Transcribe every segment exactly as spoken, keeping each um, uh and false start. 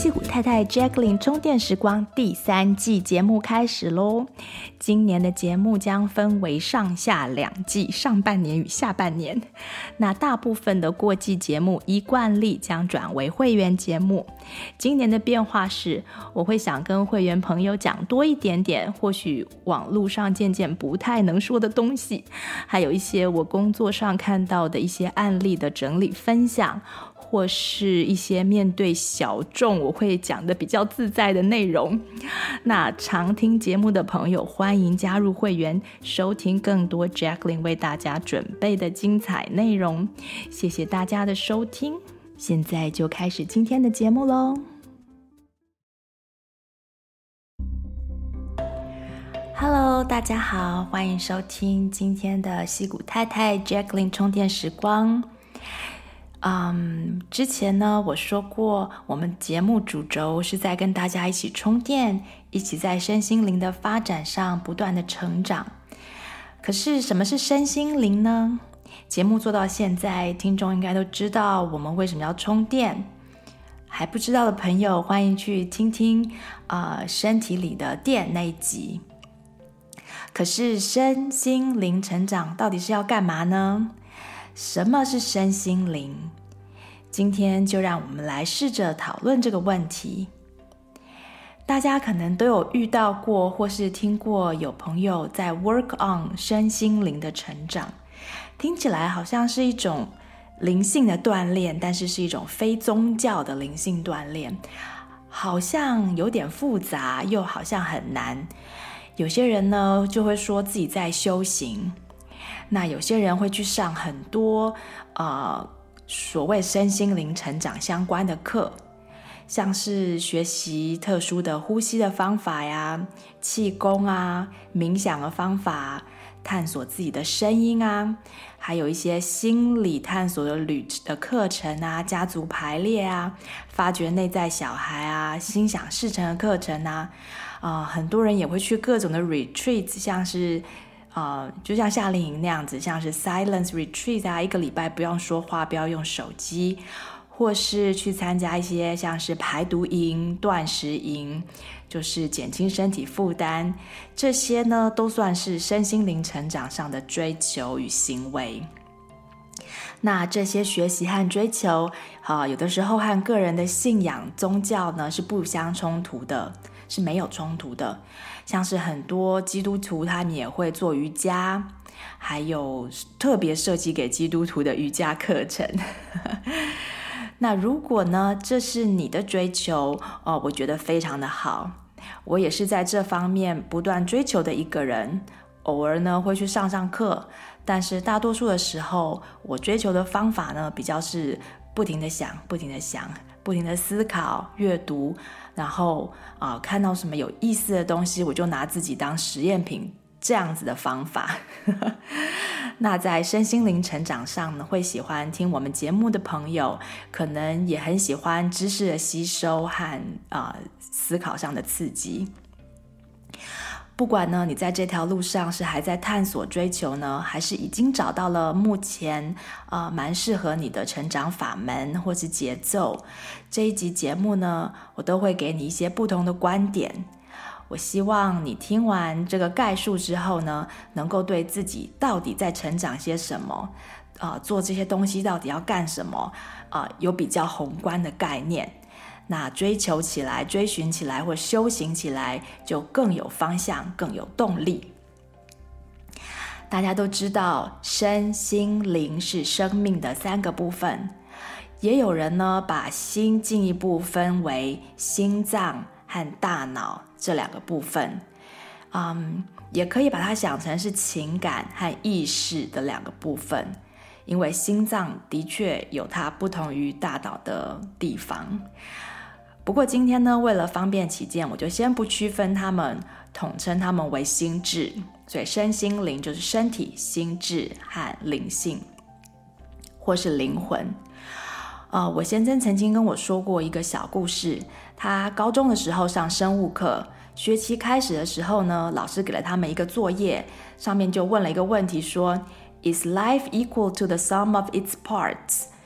矽谷太太 Jacqueline 充电时光第三季节目开始咯。今年的节目将分为上下两季，上半年与下半年。那大部分的过季节目依惯例将转为会员节目。今年的变化是，我会想跟会员朋友讲多一点点或许网络上渐渐不太能说的东西，还有一些我工作上看到的一些案例的整理分享，或是一些面对小众我会讲的比较自在的内容。那常听节目的朋友欢迎加入会员，收听更多 Jacqueline 为大家准备的精彩内容。谢谢大家的收听，现在就开始今天的节目咯。Hello， 大家好，欢迎收听今天的矽谷太太 Jacqueline 充电时光。嗯，之前呢我说过，我们节目主轴是在跟大家一起充电，一起在身心灵的发展上不断的成长。可是什么是身心灵呢？节目做到现在，听众应该都知道我们为什么要充电。还不知道的朋友，欢迎去听听呃身体里的电那一集。可是身心灵成长到底是要干嘛呢？什么是身心灵？今天就让我们来试着讨论这个问题。大家可能都有遇到过或是听过有朋友在 work on 身心灵的成长，听起来好像是一种灵性的锻炼，但是是一种非宗教的灵性锻炼，好像有点复杂，又好像很难。有些人呢就会说自己在修行，那有些人会去上很多呃所谓身心灵成长相关的课，像是学习特殊的呼吸的方法呀、气功啊、冥想的方法、探索自己的声音啊，还有一些心理探索的旅的课程啊、家族排列啊、发掘内在小孩啊、心想事成的课程啊，呃、很多人也会去各种的 retreat， 像是呃，就像夏令营那样子，像是 silence retreat 啊，一个礼拜不用说话，不要用手机，或是去参加一些像是排毒营、断食营，就是减轻身体负担，这些呢都算是身心灵成长上的追求与行为。那这些学习和追求，呃，有的时候和个人的信仰、宗教呢是不相冲突的，是没有冲突的。像是很多基督徒他们也会做瑜伽，还有特别设计给基督徒的瑜伽课程。那如果呢这是你的追求，哦，我觉得非常的好。我也是在这方面不断追求的一个人，偶尔呢会去上上课，但是大多数的时候我追求的方法呢比较是不停的想不停的想不停的思考阅读，然后、呃、看到什么有意思的东西我就拿自己当实验品，这样子的方法。那在身心灵成长上呢，会喜欢听我们节目的朋友可能也很喜欢知识的吸收和、呃、思考上的刺激。不管呢你在这条路上是还在探索追求呢，还是已经找到了目前呃蛮适合你的成长法门或是节奏，这一集节目呢我都会给你一些不同的观点。我希望你听完这个概述之后呢，能够对自己到底在成长些什么，呃做这些东西到底要干什么，呃有比较宏观的概念。那追求起来、追寻起来或修行起来就更有方向、更有动力。大家都知道身心灵是生命的三个部分，也有人呢把心进一步分为心脏和大脑这两个部分，嗯，也可以把它想成是情感和意识的两个部分，因为心脏的确有它不同于大脑的地方。不过今天呢，为了方便起见，我就先不区分它们，统称它们为心智。所以身心灵就是身体、心智和灵性，或是灵魂。呃，我先生曾经跟我说过一个小故事，他高中的时候上生物课，学期开始的时候呢，老师给了他们一个作业，上面就问了一个问题说 Is life equal to the sum of its parts？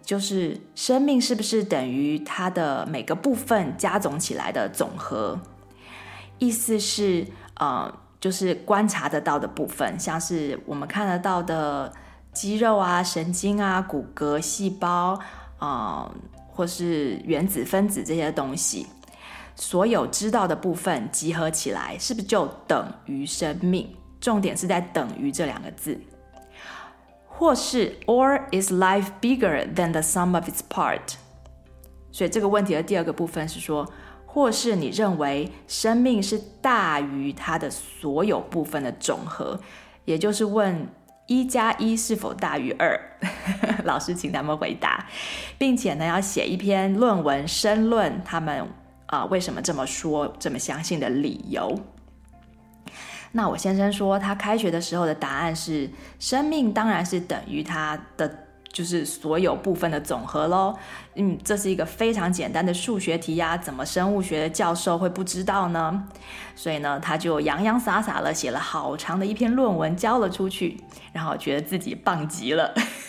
就是生命是不是等于它的每个部分加总起来的总和？意思是，呃，就是观察得到的部分，像是我们看得到的肌肉啊、神经啊、骨骼、细胞，呃，或是原子、分子这些东西，所有知道的部分集合起来，是不是就等于生命？重点是在等于这两个字。或是 or is life bigger than the sum of its part？ 所以这个问题的第二个部分是说，或是你认为生命是大于它的所有部分的总和，也就是问一加一是否大于二？老师请他们回答，并且呢要写一篇论文申论他们、呃、为什么这么说，这么相信的理由。那我先生说，他开学的时候的答案是，生命当然是等于它的就是所有部分的总和咯。嗯，这是一个非常简单的数学题呀、啊，怎么生物学的教授会不知道呢？所以呢，他就洋洋洒洒了写了好长的一篇论文交了出去，然后觉得自己棒极了。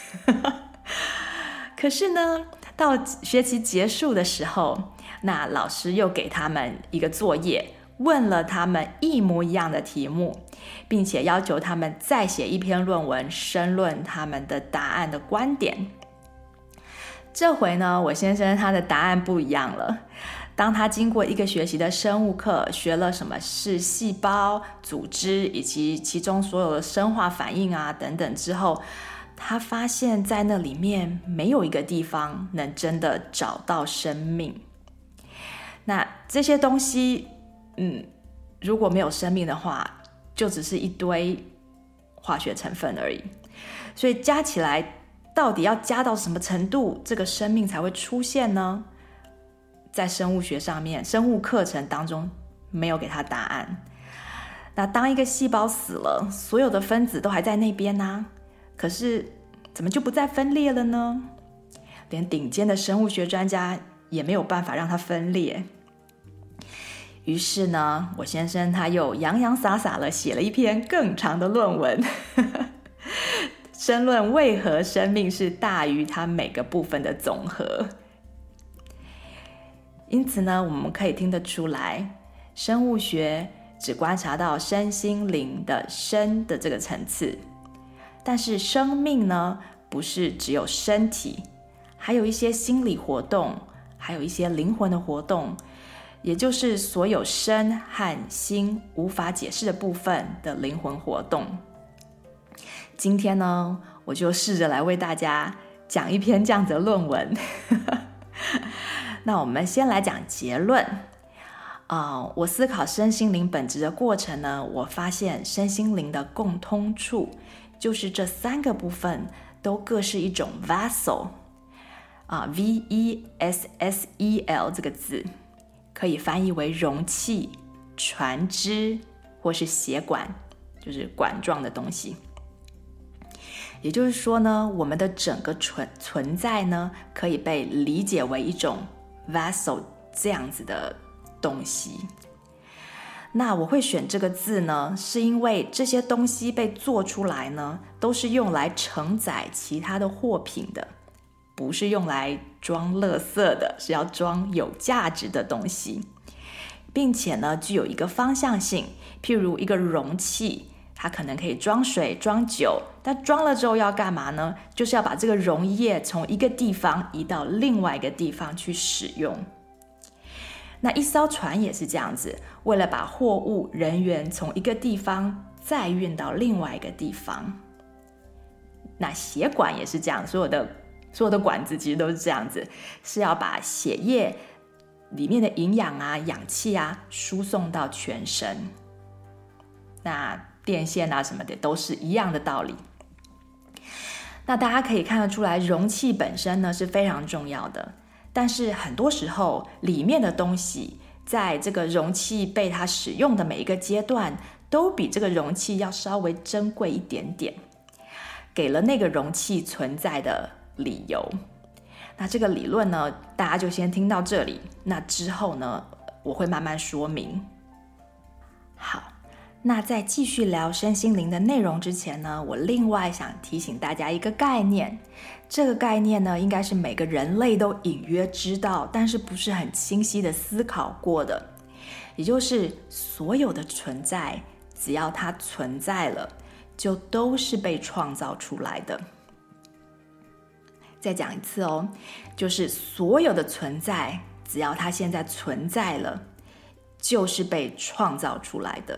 可是呢，到学期结束的时候，那老师又给他们一个作业，问了他们一模一样的题目，并且要求他们再写一篇论文申论他们的答案的观点。这回呢，我先生他的答案不一样了。当他经过一个学期的生物课，学了什么是细胞、组织以及其中所有的生化反应啊等等之后，他发现在那里面没有一个地方能真的找到生命。那这些东西嗯，如果没有生命的话，就只是一堆化学成分而已。所以加起来，到底要加到什么程度，这个生命才会出现呢？在生物学上面，生物课程当中没有给他答案。那当一个细胞死了，所有的分子都还在那边啊，可是怎么就不再分裂了呢？连顶尖的生物学专家也没有办法让它分裂。于是呢，我先生他又洋洋洒洒了写了一篇更长的论文，申论为何生命是大于它每个部分的总和。因此呢，我们可以听得出来，生物学只观察到身心灵的身的这个层次，但是生命呢，不是只有身体，还有一些心理活动，还有一些灵魂的活动，也就是所有身和心无法解释的部分的灵魂活动。今天呢，我就试着来为大家讲一篇这样子的论文。那我们先来讲结论。呃、我思考身心灵本质的过程呢，我发现身心灵的共通处就是这三个部分都各是一种 vessel、呃、V E S S E L 这个字可以翻译为容器、船只或是血管，就是管状的东西。也就是说呢，我们的整个 存, 存在呢，可以被理解为一种 vessel 这样子的东西。那我会选这个字呢，是因为这些东西被做出来呢，都是用来承载其他的货品的，不是用来装垃圾的，是要装有价值的东西，并且呢，具有一个方向性。譬如一个容器，它可能可以装水、装酒，但装了之后要干嘛呢？就是要把这个溶液从一个地方移到另外一个地方去使用。那一艘船也是这样子，为了把货物、人员从一个地方再运到另外一个地方。那血管也是这样，所有的所有的管子其实都是这样子，是要把血液里面的营养啊、氧气啊输送到全身。那电线啊什么的都是一样的道理。那大家可以看得出来，容器本身呢是非常重要的，但是很多时候里面的东西在这个容器被它使用的每一个阶段，都比这个容器要稍微珍贵一点点，给了那个容器存在的理由。那这个理论呢，大家就先听到这里，那之后呢，我会慢慢说明。好， 那在继续聊身心灵的内容之前呢，我另外想提醒大家一个概念。这个概念呢，应该是每个人类都隐约知道，但是不是很清晰的思考过的。也就是所有的存在，只要它存在了，就都是被创造出来的。再讲一次哦，就是所有的存在，只要它现在存在了，就是被创造出来的。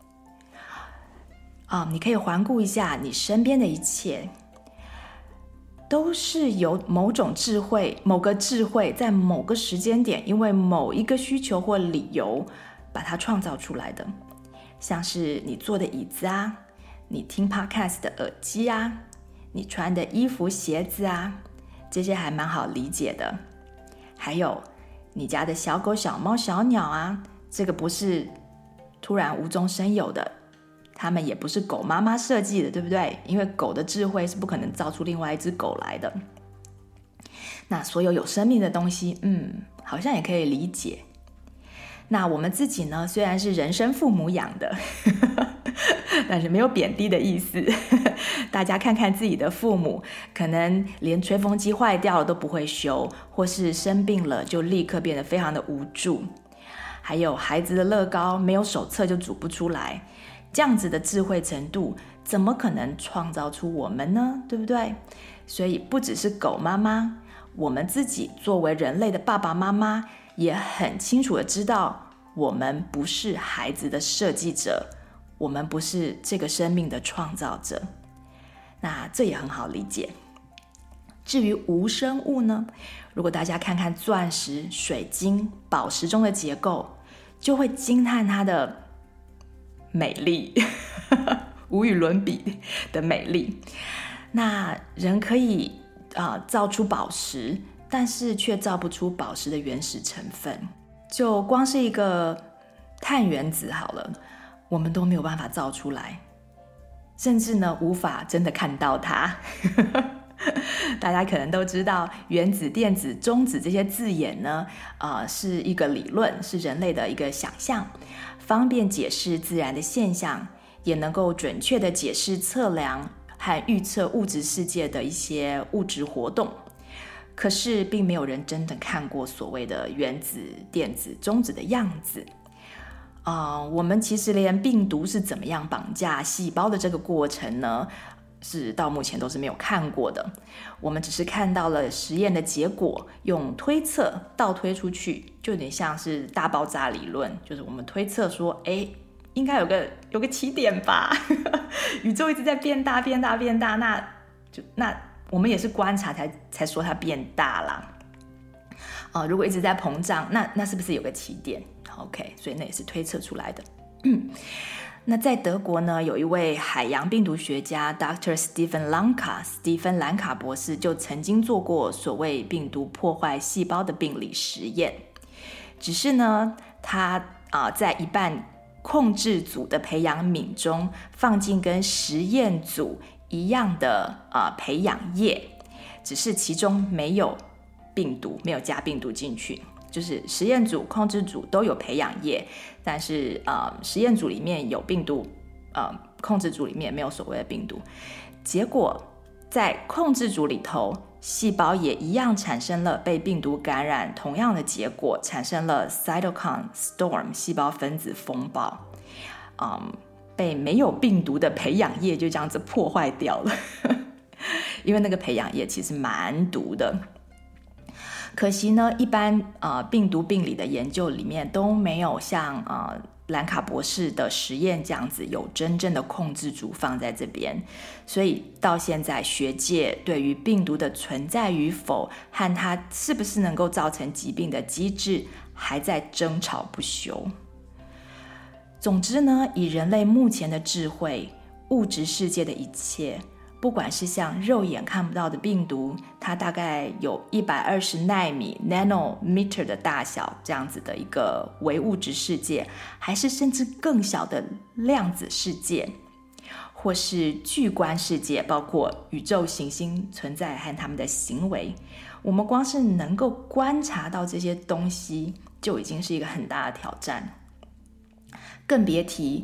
啊、你可以环顾一下你身边的一切，都是由某种智慧、某个智慧在某个时间点，因为某一个需求或理由，把它创造出来的。像是你坐的椅子啊，你听 podcast 的耳机啊，你穿的衣服、鞋子啊，这些还蛮好理解的。还有你家的小狗、小猫、小鸟啊，这个不是突然无中生有的，他们也不是狗妈妈设计的，对不对？因为狗的智慧是不可能造出另外一只狗来的。那所有有生命的东西，嗯，好像也可以理解。那我们自己呢，虽然是人生父母养的但是没有贬低的意思大家看看自己的父母，可能连吹风机坏掉了都不会修，或是生病了就立刻变得非常的无助。还有孩子的乐高没有手册就煮不出来，这样子的智慧程度，怎么可能创造出我们呢？对不对？所以不只是狗妈妈，我们自己作为人类的爸爸妈妈，也很清楚的知道，我们不是孩子的设计者，我们不是这个生命的创造者。那这也很好理解。至于无生物呢，如果大家看看钻石、水晶、宝石中的结构，就会惊叹它的美丽无与伦比的美丽。那人可以、呃、造出宝石，但是却造不出宝石的原始成分。就光是一个碳原子好了，我们都没有办法造出来，甚至呢无法真的看到它大家可能都知道原子、电子、中子这些字眼呢、呃、是一个理论，是人类的一个想象，方便解释自然的现象，也能够准确的解释、测量和预测物质世界的一些物质活动。可是并没有人真的看过所谓的原子、电子、中子的样子。呃、我们其实连病毒是怎么样绑架细胞的这个过程呢，是到目前都是没有看过的。我们只是看到了实验的结果，用推测倒推出去，就有点像是大爆炸理论，就是我们推测说，哎，应该有个有个起点吧宇宙一直在变大变大变大，那就那我们也是观察才才说它变大啦。呃、如果一直在膨胀，那那是不是有个起点？ OK， 所以那也是推测出来的那在德国呢，有一位海洋病毒学家 Doctor Stephen Lanka 史蒂芬兰卡博士，就曾经做过所谓病毒破坏细胞的病理实验。只是呢他、呃、在一半控制组的培养皿中放进跟实验组一样的、呃、培养液，只是其中没有病毒，没有加病毒进去。就是实验组、控制组都有培养液，但是、呃、实验组里面有病毒、呃、控制组里面没有所谓的病毒。结果在控制组里头，细胞也一样产生了被病毒感染同样的结果，产生了 cytokine storm 细胞分子风暴、嗯、被没有病毒的培养液就这样子破坏掉了因为那个培养液其实蛮毒的。可惜呢，一般、呃、病毒病理的研究里面都没有像、呃、兰卡博士的实验这样子有真正的控制组放在这边，所以到现在学界对于病毒的存在与否和它是不是能够造成疾病的机制还在争吵不休。总之呢，以人类目前的智慧，物质世界的一切，不管是像肉眼看不到的病毒，它大概有一百二十奈米 nanometer 的大小，这样子的一个微物质世界，还是甚至更小的量子世界，或是巨观世界，包括宇宙行星存在和它们的行为，我们光是能够观察到这些东西就已经是一个很大的挑战，更别提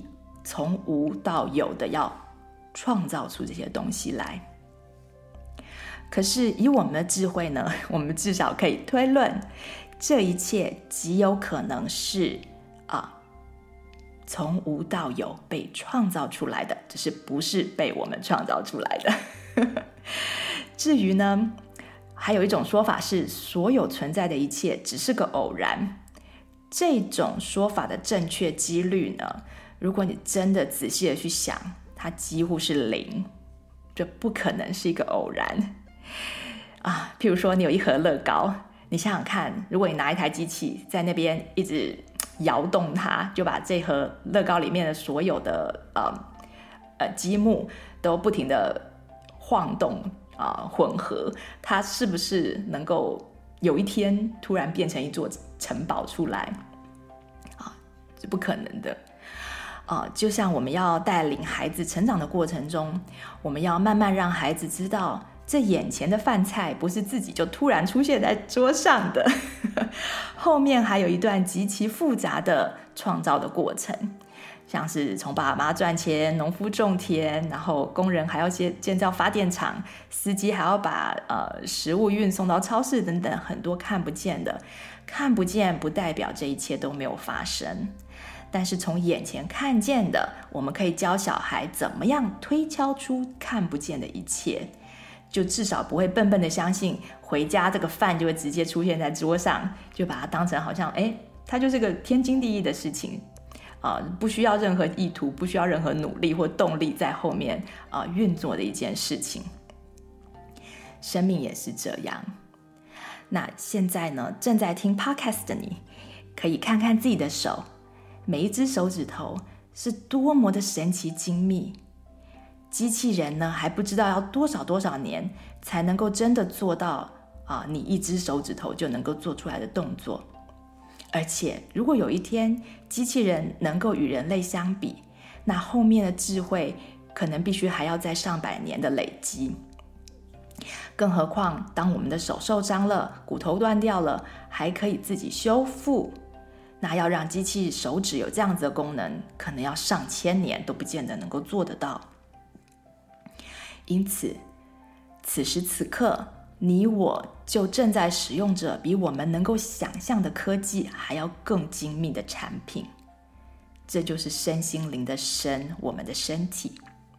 从无到有的要创造出这些东西来。可是以我们的智慧呢，我们至少可以推论，这一切极有可能是啊，从无到有被创造出来的，只是不是被我们创造出来的。至于呢，还有一种说法是，所有存在的一切只是个偶然。这种说法的正确几率呢，如果你真的仔细的去想，它几乎是零，这不可能是一个偶然啊。譬如说你有一盒乐高，你想想看，如果你拿一台机器在那边一直摇动它，就把这盒乐高里面的所有的呃呃积木都不停的晃动啊、呃、混合，它是不是能够有一天突然变成一座城堡出来啊？是不可能的啊！就像我们要带领孩子成长的过程中，我们要慢慢让孩子知道，这眼前的饭菜不是自己就突然出现在桌上的，后面还有一段极其复杂的创造的过程，像是从爸妈赚钱，农夫种田，然后工人还要建造发电厂，司机还要把呃食物运送到超市等等，很多看不见的。看不见不代表这一切都没有发生，但是从眼前看见的，我们可以教小孩怎么样推敲出看不见的一切，就至少不会笨笨的相信回家这个饭就会直接出现在桌上，就把它当成好像哎，它就是个天经地义的事情。呃、不需要任何意图，不需要任何努力或动力在后面、呃、运作的一件事情。生命也是这样。那现在呢，正在听 podcast 的你，可以看看自己的手，每一只手指头是多么的神奇精密。机器人呢，还不知道要多少多少年才能够真的做到、呃、你一只手指头就能够做出来的动作。而且如果有一天机器人能够与人类相比，那后面的智慧可能必须还要在上百年的累积。更何况当我们的手受伤了，骨头断掉了，还可以自己修复，那要让机器手指有这样子的功能，可能要上千年都不见得能够做得到。因此此时此刻，你我就正在使用着比我们能够想象的科技还要更精密的产品，这就是身心灵的身，我们的身体。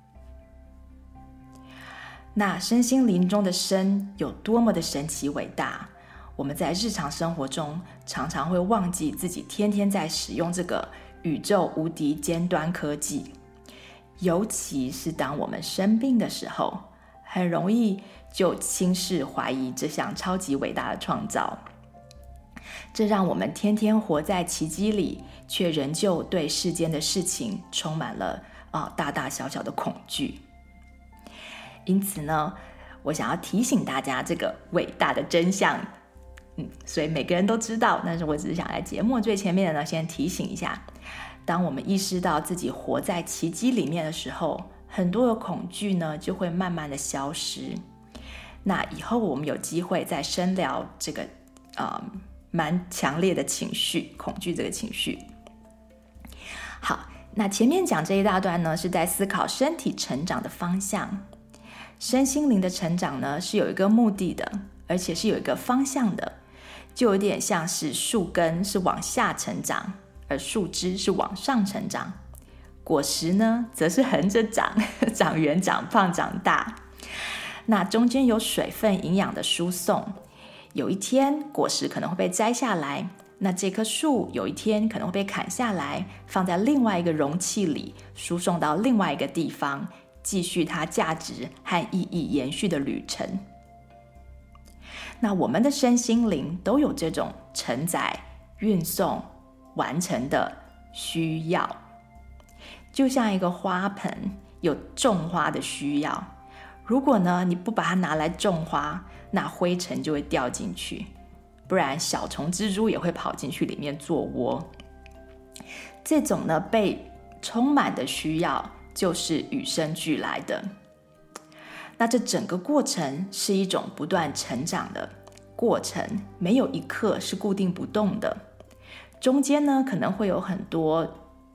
那身心灵中的身有多么的神奇伟大，我们在日常生活中常常会忘记自己天天在使用这个宇宙无敌尖端科技，尤其是当我们生病的时候，很容易就轻视怀疑这项超级伟大的创造。这让我们天天活在奇迹里，却仍旧对世间的事情充满了、呃、大大小小的恐惧。因此呢，我想要提醒大家这个伟大的真相，嗯，所以每个人都知道，但是我只是想在节目最前面的呢，先提醒一下，当我们意识到自己活在奇迹里面的时候，很多的恐惧呢就会慢慢的消失。那以后我们有机会再深聊这个呃蛮强烈的情绪，恐惧这个情绪。好，那前面讲这一大段呢，是在思考身体成长的方向。身心灵的成长呢，是有一个目的的，而且是有一个方向的，就有点像是树根是往下成长，而树枝是往上成长，果实呢则是横着长，长圆长胖长大。那中间有水分营养的输送，有一天果实可能会被摘下来，那这棵树有一天可能会被砍下来，放在另外一个容器里，输送到另外一个地方，继续它价值和意义延续的旅程。那我们的身心灵都有这种承载、运送、完成的需要，就像一个花盆有种花的需要，如果呢你不把它拿来种花，那灰尘就会掉进去，不然小虫蜘蛛也会跑进去里面做窝。这种呢被充满的需要就是与生俱来的。那这整个过程是一种不断成长的过程，没有一刻是固定不动的。中间呢可能会有很多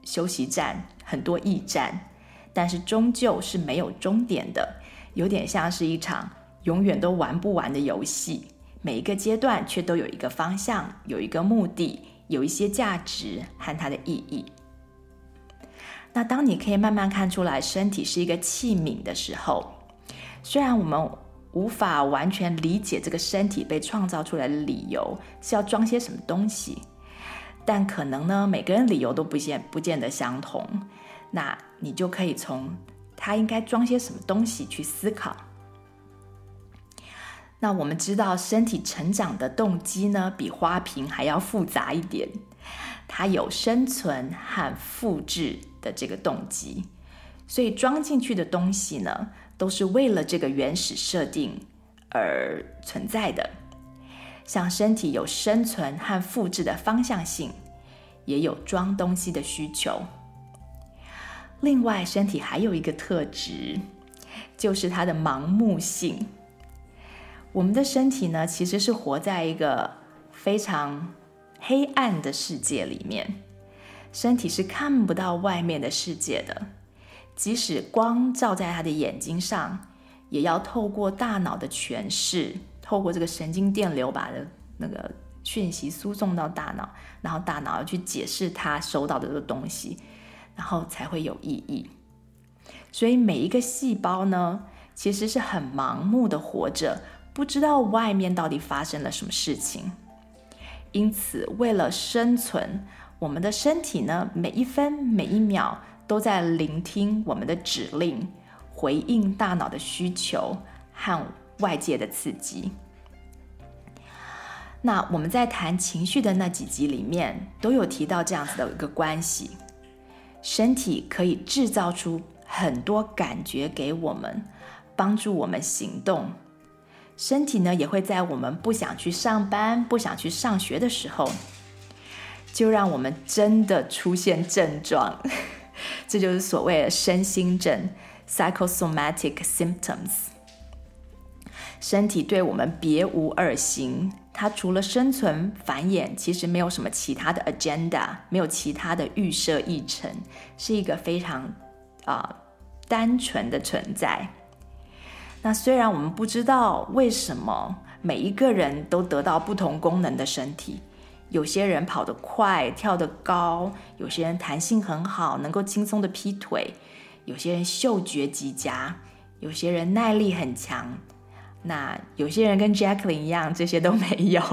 休息站，很多驿站，但是终究是没有终点的，有点像是一场永远都玩不完的游戏，每一个阶段却都有一个方向，有一个目的，有一些价值和它的意义。那当你可以慢慢看出来身体是一个器皿的时候，虽然我们无法完全理解这个身体被创造出来的理由是要装些什么东西，但可能呢，每个人理由都不见不见得相同，那你就可以从它应该装些什么东西去思考。那我们知道身体成长的动机呢，比花瓶还要复杂一点，它有生存和复制的这个动机，所以装进去的东西呢，都是为了这个原始设定而存在的。像身体有生存和复制的方向性，也有装东西的需求。另外，身体还有一个特质，就是它的盲目性。我们的身体呢，其实是活在一个非常黑暗的世界里面，身体是看不到外面的世界的，即使光照在他的眼睛上，也要透过大脑的诠释，透过这个神经电流把的那个讯息输送到大脑，然后大脑要去解释它收到的这个东西，然后才会有意义。所以每一个细胞呢，其实是很盲目的活着，不知道外面到底发生了什么事情。因此，为了生存，我们的身体呢，每一分每一秒都在聆听我们的指令，回应大脑的需求和外界的刺激。那我们在谈情绪的那几集里面，都有提到这样子的一个关系。身体可以制造出很多感觉给我们，帮助我们行动。身体呢，也会在我们不想去上班、不想去上学的时候，就让我们真的出现症状。这就是所谓的身心症 psychosomatic symptoms。 身体对我们别无二心，它除了生存繁衍，其实没有什么其他的 agenda， 没有其他的预设议程，是一个非常、呃、单纯的存在。那虽然我们不知道为什么每一个人都得到不同功能的身体，有些人跑得快，跳得高，有些人弹性很好，能够轻松的劈腿，有些人嗅觉极佳，有些人耐力很强，那有些人跟 Jacqueline 一样，这些都没有。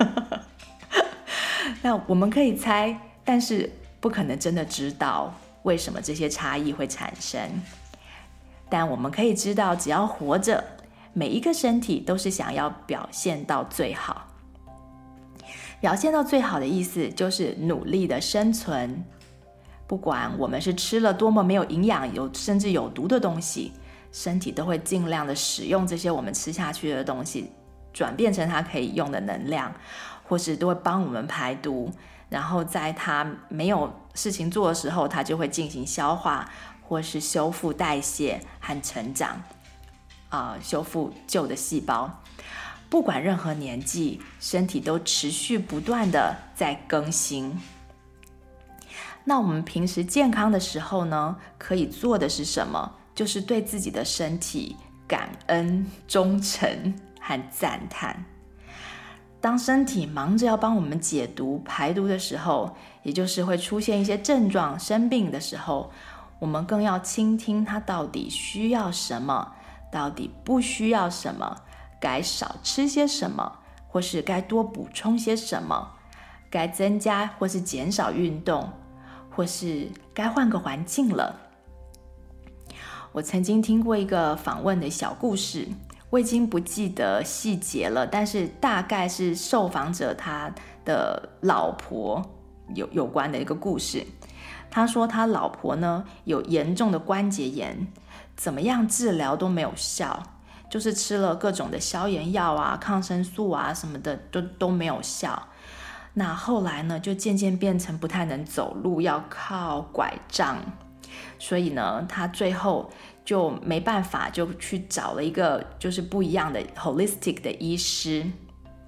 那我们可以猜，但是不可能真的知道为什么这些差异会产生。但我们可以知道，只要活着，每一个身体都是想要表现到最好。表现到最好的意思就是努力的生存，不管我们是吃了多么没有营养有甚至有毒的东西，身体都会尽量的使用这些我们吃下去的东西，转变成它可以用的能量，或是都会帮我们排毒，然后在它没有事情做的时候，它就会进行消化，或是修复代谢和成长、呃、修复旧的细胞。不管任何年纪，身体都持续不断的在更新。那我们平时健康的时候呢，可以做的是什么？就是对自己的身体感恩、忠诚和赞叹。当身体忙着要帮我们解毒、排毒的时候，也就是会出现一些症状、生病的时候，我们更要倾听它到底需要什么，到底不需要什么，该少吃些什么，或是该多补充些什么，该增加或是减少运动，或是该换个环境了。我曾经听过一个访问的小故事，我已经不记得细节了，但是大概是受访者他的老婆有有关的一个故事。他说他老婆呢有严重的关节炎，怎么样治疗都没有效，就是吃了各种的消炎药啊、抗生素啊什么的都都没有效。那后来呢，就渐渐变成不太能走路，要靠拐杖。所以呢，他最后就没办法，就去找了一个就是不一样的 holistic 的医师，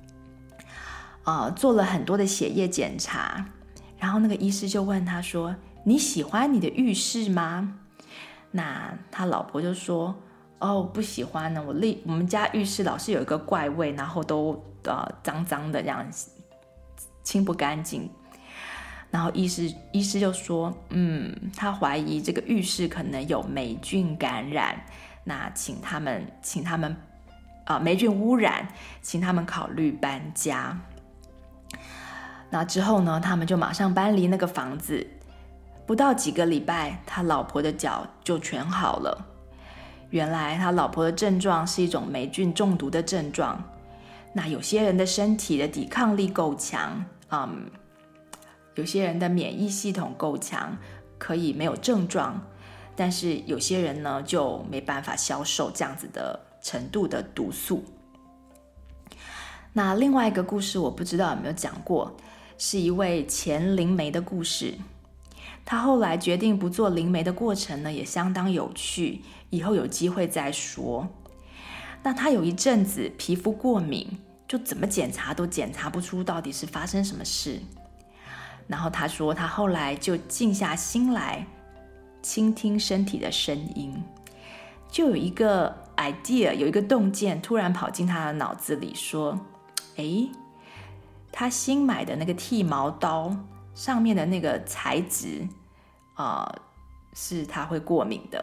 呃，做了很多的血液检查。然后那个医师就问他说： 你喜欢你的浴室吗？那他老婆就说，哦，不喜欢呢，我立我们家浴室老是有一个怪味，然后都呃脏脏的，这样清不干净。然后医师医师就说，嗯，他怀疑这个浴室可能有霉菌感染，那请他们请他们啊、呃、霉菌污染，请他们考虑搬家。那之后呢，他们就马上搬离那个房子，不到几个礼拜，他老婆的脚就全好了。原来他老婆的症状是一种霉菌中毒的症状。那有些人的身体的抵抗力够强，嗯。有些人的免疫系统够强，可以没有症状，但是有些人呢就没办法消受这样子的程度的毒素。那另外一个故事我不知道有没有讲过，是一位前灵媒的故事。他后来决定不做灵媒的过程呢，也相当有趣，以后有机会再说。那他有一阵子皮肤过敏，就怎么检查都检查不出到底是发生什么事。然后他说他后来就静下心来倾听身体的声音，就有一个 idea， 有一个洞见突然跑进他的脑子里，说诶，他新买的那个剃毛刀上面的那个材质、呃、是他会过敏的。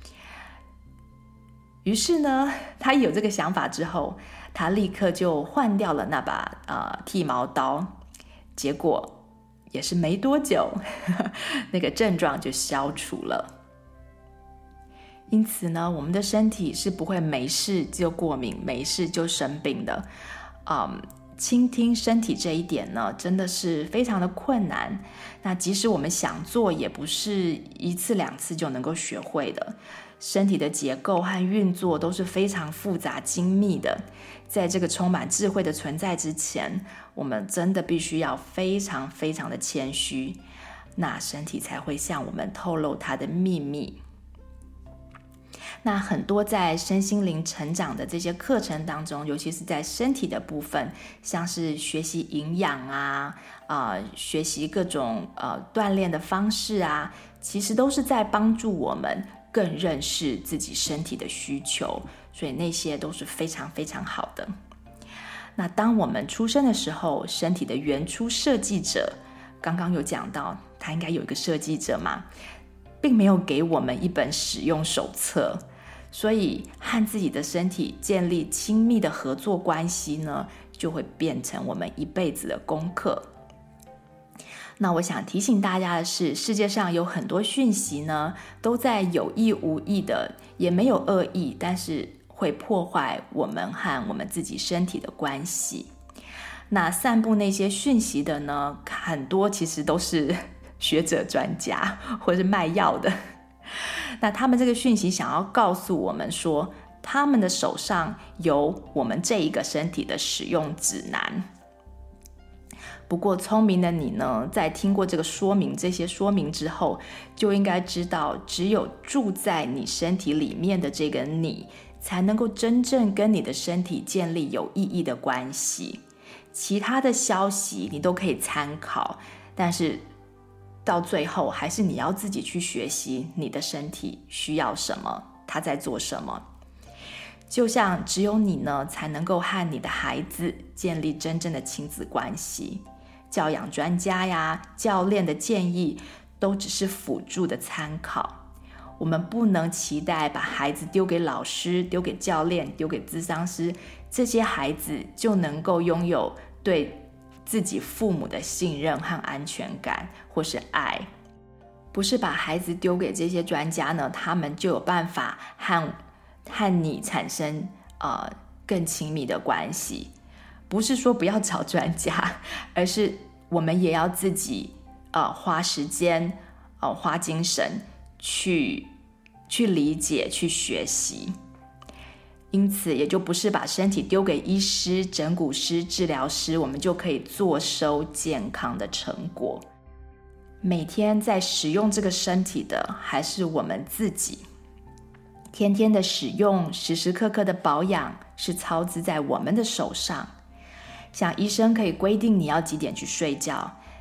于是呢，他有这个想法之后，他立刻就换掉了那把、呃、剃毛刀，结果也是没多久那个症状就消除了。因此呢，我们的身体是不会没事就过敏，没事就生病的。嗯，倾听身体这一点呢，真的是非常的困难。那即使我们想做，也不是一次两次就能够学会的。身体的结构和运作都是非常复杂精密的，在这个充满智慧的存在之前，我们真的必须要非常非常的谦虚，那身体才会向我们透露它的秘密。那很多在身心灵成长的这些课程当中，尤其是在身体的部分，像是学习营养啊、呃、学习各种呃锻炼的方式啊，其实都是在帮助我们更认识自己身体的需求，所以那些都是非常非常好的。那当我们出生的时候，身体的原初设计者，刚刚有讲到他应该有一个设计者嘛，并没有给我们一本使用手册，所以和自己的身体建立亲密的合作关系呢，就会变成我们一辈子的功课。那我想提醒大家的是，世界上有很多讯息呢，都在有意无意的，也没有恶意，但是会破坏我们和我们自己身体的关系。那散布那些讯息的呢，很多其实都是学者专家或是卖药的。那他们这个讯息想要告诉我们说，他们的手上有我们这一个身体的使用指南。不过聪明的你呢，在听过这个说明这些说明之后，就应该知道，只有住在你身体里面的这个你，才能够真正跟你的身体建立有意义的关系。其他的消息你都可以参考，但是到最后还是你要自己去学习你的身体需要什么，它在做什么。就像只有你呢，才能够和你的孩子建立真正的亲子关系。教养专家呀、教练的建议都只是辅助的参考。我们不能期待把孩子丢给老师、丢给教练、丢给咨商师，这些孩子就能够拥有对自己父母的信任和安全感，或是爱。不是把孩子丢给这些专家呢，他们就有办法和和你产生呃更亲密的关系。不是说不要找专家，而是我们也要自己呃花时间呃花精神去去理解去学习。因此也就不是把身体丢给医师、整骨师、治疗师，我们就可以坐收健康的成果。每天在使用这个身体的还是我们自己，天天的使用、时时刻刻的保养是操之在我们的手上。像医生可以规定你要几点去睡觉，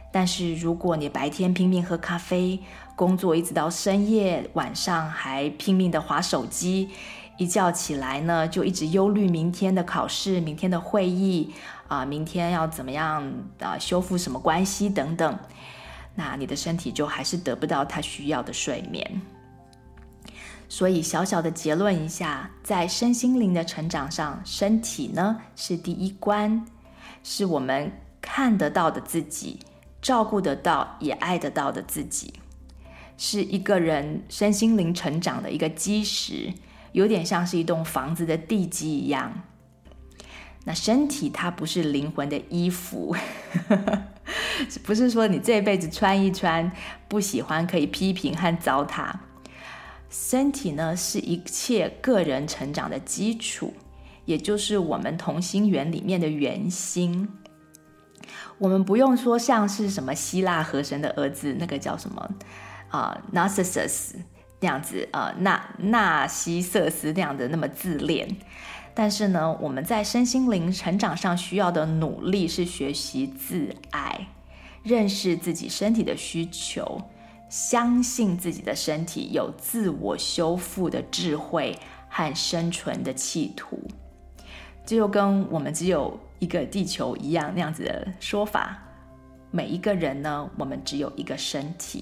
但是如果你白天拼命喝咖啡，工作一直到深夜，晚上还拼命的滑手机，一觉起来呢，就一直忧虑明天的考试、明天的会议啊、呃，明天要怎么样啊、呃，修复什么关系等等，那你的身体就还是得不到它需要的睡眠。所以小小的结论一下，在身心灵的成长上，身体呢是第一关，是我们看得到的自己，照顾得到也爱得到的自己，是一个人身心灵成长的一个基石，有点像是一栋房子的地基一样。那身体它不是灵魂的衣服不是说你这辈子穿一穿，不喜欢可以批评和糟蹋。身体呢是一切个人成长的基础，也就是我们同心圆里面的圆心。我们不用说像是什么希腊河神的儿子，那个叫什么啊、呃、Narcissus 那样子啊、呃、纳纳西瑟斯那样的那么自恋，但是呢，我们在身心灵成长上需要的努力是学习自爱，认识自己身体的需求，相信自己的身体有自我修复的智慧和生存的企图。这就跟我们只有一个地球一样那样子的说法。每一个人呢，我们只有一个身体。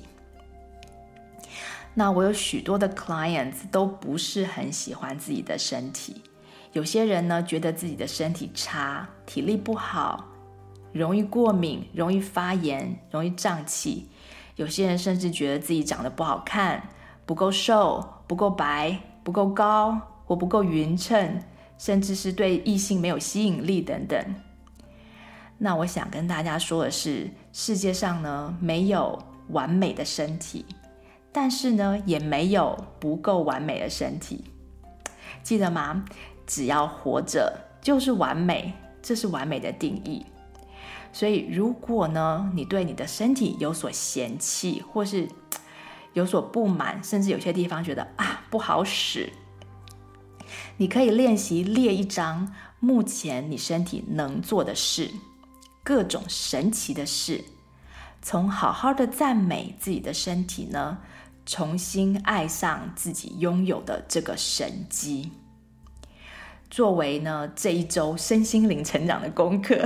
那我有许多的 clients 都不是很喜欢自己的身体。有些人呢，觉得自己的身体差，体力不好，容易过敏，容易发炎，容易胀气。有些人甚至觉得自己长得不好看，不够瘦，不够白，不够高，或不够匀称，甚至是对异性没有吸引力等等。那我想跟大家说的是，世界上呢，没有完美的身体，但是呢，也没有不够完美的身体。记得吗？只要活着就是完美，这是完美的定义。所以如果呢，你对你的身体有所嫌弃，或是有所不满，甚至有些地方觉得啊不好使，你可以练习列一张目前你身体能做的事，各种神奇的事，从好好的赞美自己的身体呢，重新爱上自己拥有的这个神迹，作为呢这一周身心灵成长的功课。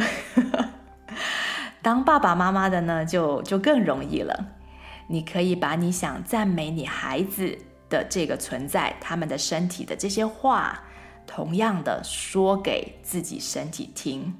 当爸爸妈妈的呢，就就更容易了。你可以把你想赞美你孩子的这个存在，他们的身体的这些话，同样的说给自己身体听。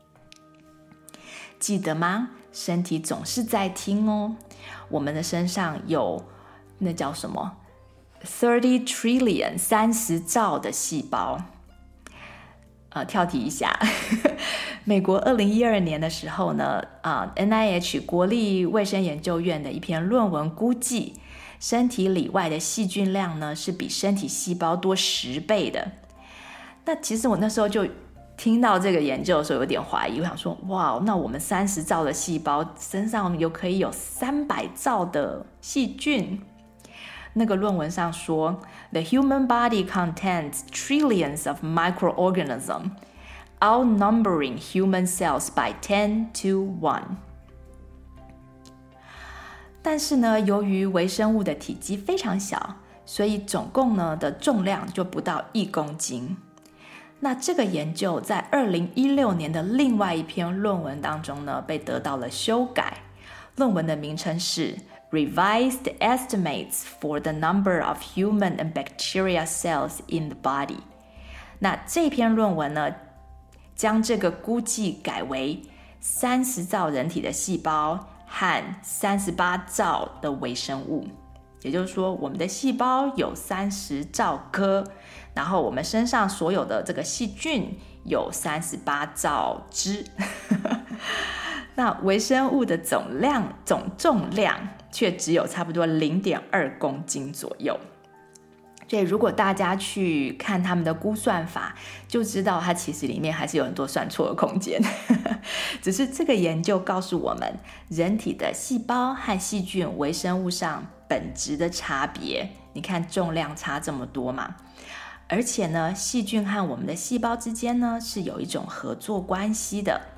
记得吗？身体总是在听哦。我们的身上有那叫什么 thirty trillion 三十兆的细胞。呃，跳题一下，美国二零一二年的时候呢，啊 ，N I H 国立卫生研究院的一篇论文估计，身体里外的细菌量呢是比身体细胞多十倍的。那其实我那时候就听到这个研究的时候有点怀疑，我想说，哇，那我们三十兆的细胞身上有可以有三百兆的细菌。那个论文上说 The human body contains trillions of microorganisms, outnumbering human cells by ten to one. 但是呢，由于微生物的体积非常小，所以总共呢的重量就不到一公斤。那这个研究在二零一六年的另外一篇论文当中呢，被得到了修改。论文的名称是Revised Estimates for the Number of Human and Bacteria Cells in the Body。 那这篇论文呢，将这个估计改为三十兆人体的细胞和三十八兆的微生物。也就是说，我们的细胞有三十兆颗，然后我们身上所有的这个细菌有三十八兆只。那微生物的总量总重量却只有差不多 零点二公斤左右。所以如果大家去看他们的估算法，就知道它其实里面还是有很多算错的空间。只是这个研究告诉我们，人体的细胞和细菌微生物上本质的差别，你看重量差这么多嘛。而且呢，细菌和我们的细胞之间呢是有一种合作关系的，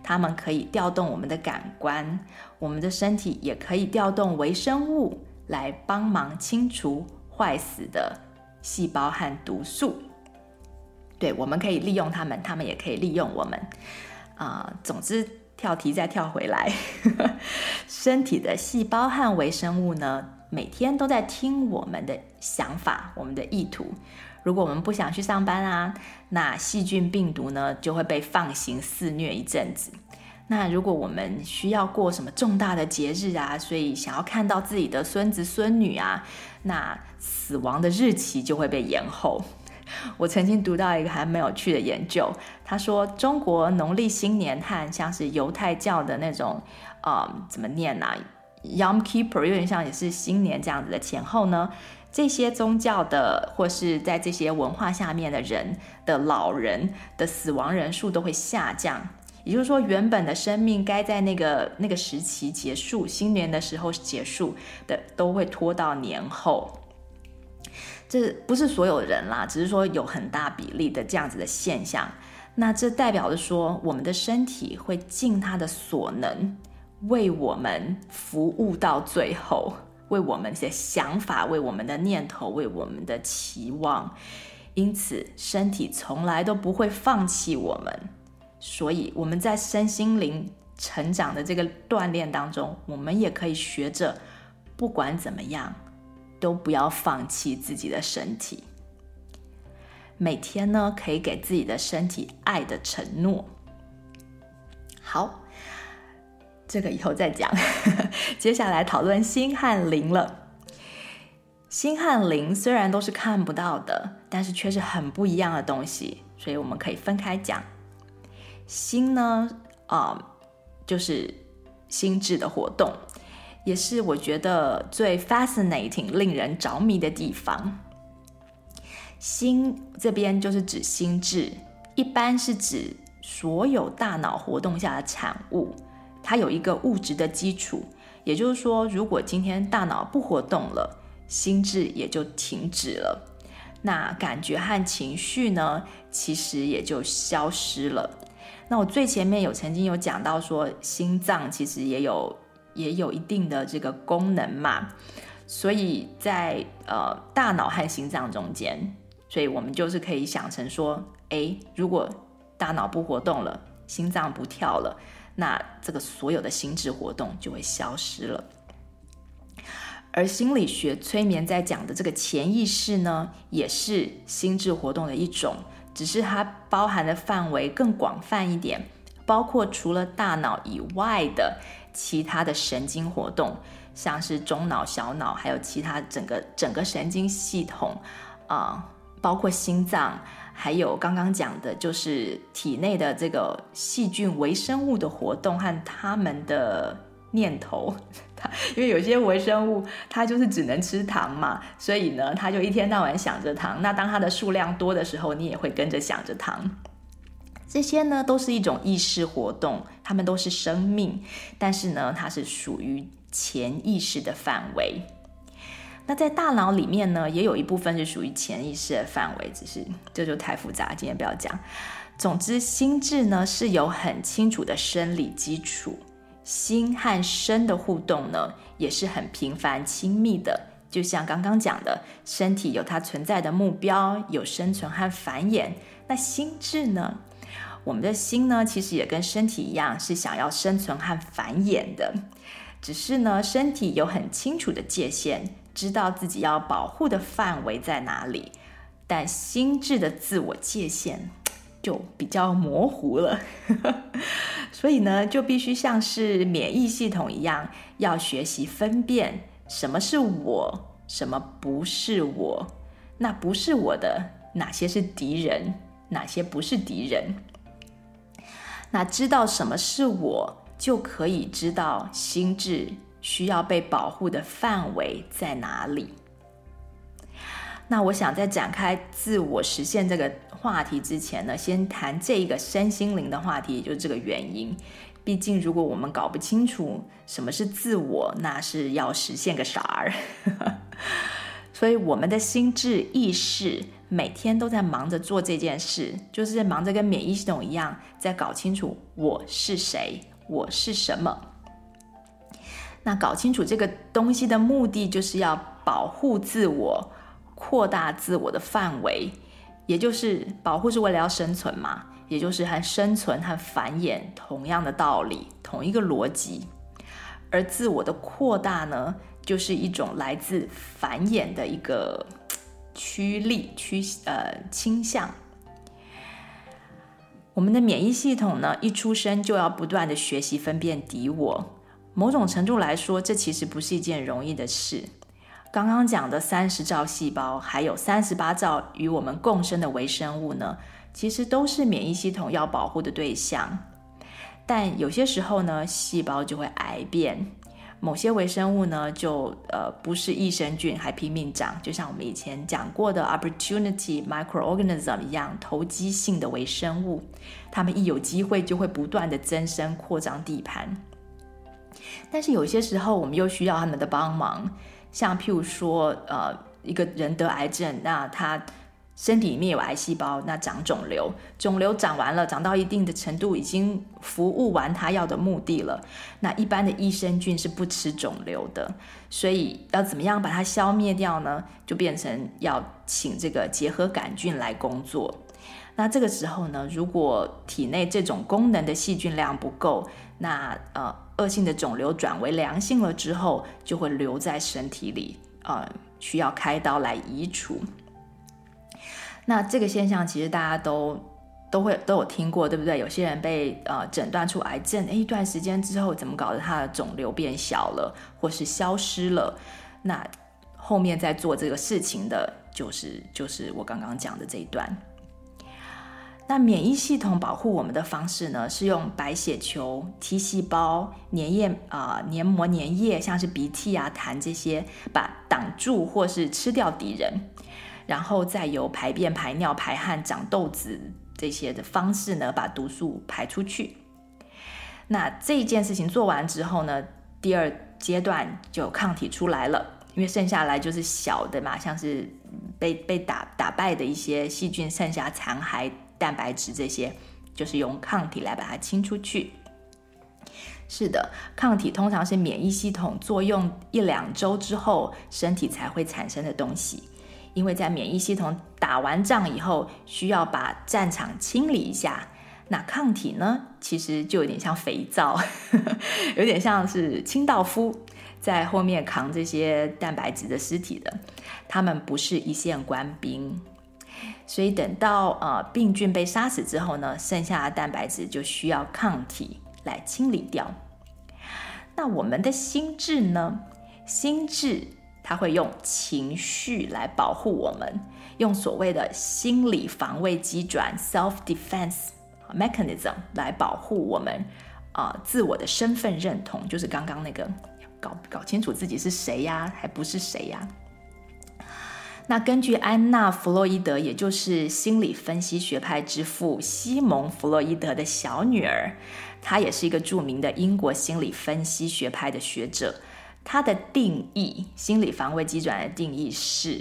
它们可以调动我们的感官，我们的身体也可以调动微生物来帮忙清除坏死的细胞和毒素。对，我们可以利用它们，它们也可以利用我们。呃、总之跳题再跳回来身体的细胞和微生物呢，每天都在听我们的想法，我们的意图。如果我们不想去上班啊，那细菌病毒呢就会被放行肆虐一阵子。那如果我们需要过什么重大的节日啊，所以想要看到自己的孙子孙女啊，那死亡的日期就会被延后。我曾经读到一个还蛮有趣的研究，他说中国农历新年和像是犹太教的那种呃怎么念啊 Yom Kippur 有点像也是新年这样子的前后呢，这些宗教的或是在这些文化下面的人的老人的死亡人数都会下降。也就是说，原本的生命该在那个那个时期结束，新年的时候结束的，都会拖到年后。这不是所有人啦，只是说有很大比例的这样子的现象。那这代表着说，我们的身体会尽它的所能，为我们服务到最后，为我们的想法，为我们的念头，为我们的期望。因此，身体从来都不会放弃我们。所以我们在身心灵成长的这个锻炼当中，我们也可以学着不管怎么样都不要放弃自己的身体。每天呢，可以给自己的身体爱的承诺。好，这个以后再讲接下来讨论心和灵了。心和灵虽然都是看不到的，但是却是很不一样的东西，所以我们可以分开讲。心呢、呃、就是心智的活动，也是我觉得最 fascinating 令人着迷的地方。心这边就是指心智，一般是指所有大脑活动下的产物，它有一个物质的基础。也就是说，如果今天大脑不活动了，心智也就停止了，那感觉和情绪呢，其实也就消失了。那我最前面有曾经有讲到说，心脏其实也有也有一定的这个功能嘛，所以在呃大脑和心脏中间，所以我们就是可以想成说，诶，如果大脑不活动了，心脏不跳了，那这个所有的心智活动就会消失了。而心理学催眠在讲的这个潜意识呢，也是心智活动的一种，只是它包含的范围更广泛一点，包括除了大脑以外的其他的神经活动，像是中脑、小脑，还有其他整个整个神经系统、呃、包括心脏，还有刚刚讲的就是体内的这个细菌微生物的活动和它们的念头。因为有些微生物它就是只能吃糖嘛，所以呢它就一天到晚想着糖，那当它的数量多的时候，你也会跟着想着糖。这些呢都是一种意识活动，它们都是生命，但是呢它是属于潜意识的范围。那在大脑里面呢，也有一部分是属于潜意识的范围，只是这就太复杂，今天不要讲。总之，心智呢是有很清楚的生理基础，心和身的互动呢也是很频繁亲密的。就像刚刚讲的，身体有它存在的目标，有生存和繁衍。那心智呢，我们的心呢其实也跟身体一样，是想要生存和繁衍的，只是呢身体有很清楚的界限，知道自己要保护的范围在哪里，但心智的自我界限就比较模糊了所以呢就必须像是免疫系统一样，要学习分辨什么是我，什么不是我，那不是我的哪些是敌人，哪些不是敌人。那知道什么是我，就可以知道心智需要被保护的范围在哪里。那我想在展开自我实现这个话题之前呢，先谈这一个身心灵的话题，也就是这个原因。毕竟如果我们搞不清楚什么是自我，那是要实现个啥儿所以我们的心智意识每天都在忙着做这件事，就是忙着跟免疫系统一样，在搞清楚我是谁，我是什么。那搞清楚这个东西的目的，就是要保护自我，扩大自我的范围，也就是保护是为了要生存嘛，也就是和生存和繁衍同样的道理，同一个逻辑。而自我的扩大呢，就是一种来自繁衍的一个驱力、趋呃倾向。我们的免疫系统呢，一出生就要不断的学习分辨敌我。某种程度来说，这其实不是一件容易的事。刚刚讲的三十兆细胞，还有三十八兆与我们共生的微生物呢，其实都是免疫系统要保护的对象。但有些时候呢，细胞就会癌变，某些微生物呢，就呃不是益生菌，还拼命长，就像我们以前讲过的 opportunity microorganism 一样，投机性的微生物，它们一有机会就会不断的增生扩张地盘。但是有些时候我们又需要他们的帮忙，像譬如说呃一个人得癌症，那他身体里面有癌细胞，那长肿瘤，肿瘤长完了，长到一定的程度，已经服务完他要的目的了。那一般的益生菌是不吃肿瘤的，所以要怎么样把它消灭掉呢？就变成要请这个结核杆菌来工作。那这个时候呢，如果体内这种功能的细菌量不够，那呃恶性的肿瘤转为良性了之后，就会留在身体里，呃需要开刀来移除。那这个现象其实大家都都会都有听过，对不对？有些人被呃诊断出癌症，一段时间之后，怎么搞得他的肿瘤变小了，或是消失了？那后面在做这个事情的，就是就是我刚刚讲的这一段。那免疫系统保护我们的方式呢，是用白血球、T 细胞、黏液啊、呃、黏膜黏液，像是鼻涕啊、痰这些，把挡住或是吃掉敌人。然后再由排便、排尿、排汗、长痘子这些的方式呢，把毒素排出去。那这件事情做完之后呢，第二阶段就有抗体出来了，因为剩下来就是小的嘛，像是被被打打败的一些细菌，剩下残骸、蛋白质这些，就是用抗体来把它清出去。是的，抗体通常是免疫系统作用一两周之后，身体才会产生的东西。因为在免疫系统打完仗以后，需要把战场清理一下。那抗体呢，其实就有点像肥皂，有点像是清道夫，在后面扛这些蛋白质的尸体的。他们不是一线官兵，所以等到呃病菌被杀死之后呢，剩下的蛋白质就需要抗体来清理掉。那我们的心智呢？心智它会用情绪来保护我们，用所谓的心理防卫机转 self-defense mechanism 来保护我们、呃、自我的身份认同，就是刚刚那个 搞, 搞清楚自己是谁呀，还不是谁呀。那根据安娜·弗洛伊德，也就是心理分析学派之父西蒙·弗洛伊德的小女儿，她也是一个著名的英国心理分析学派的学者。它的定义，心理防卫机转的定义是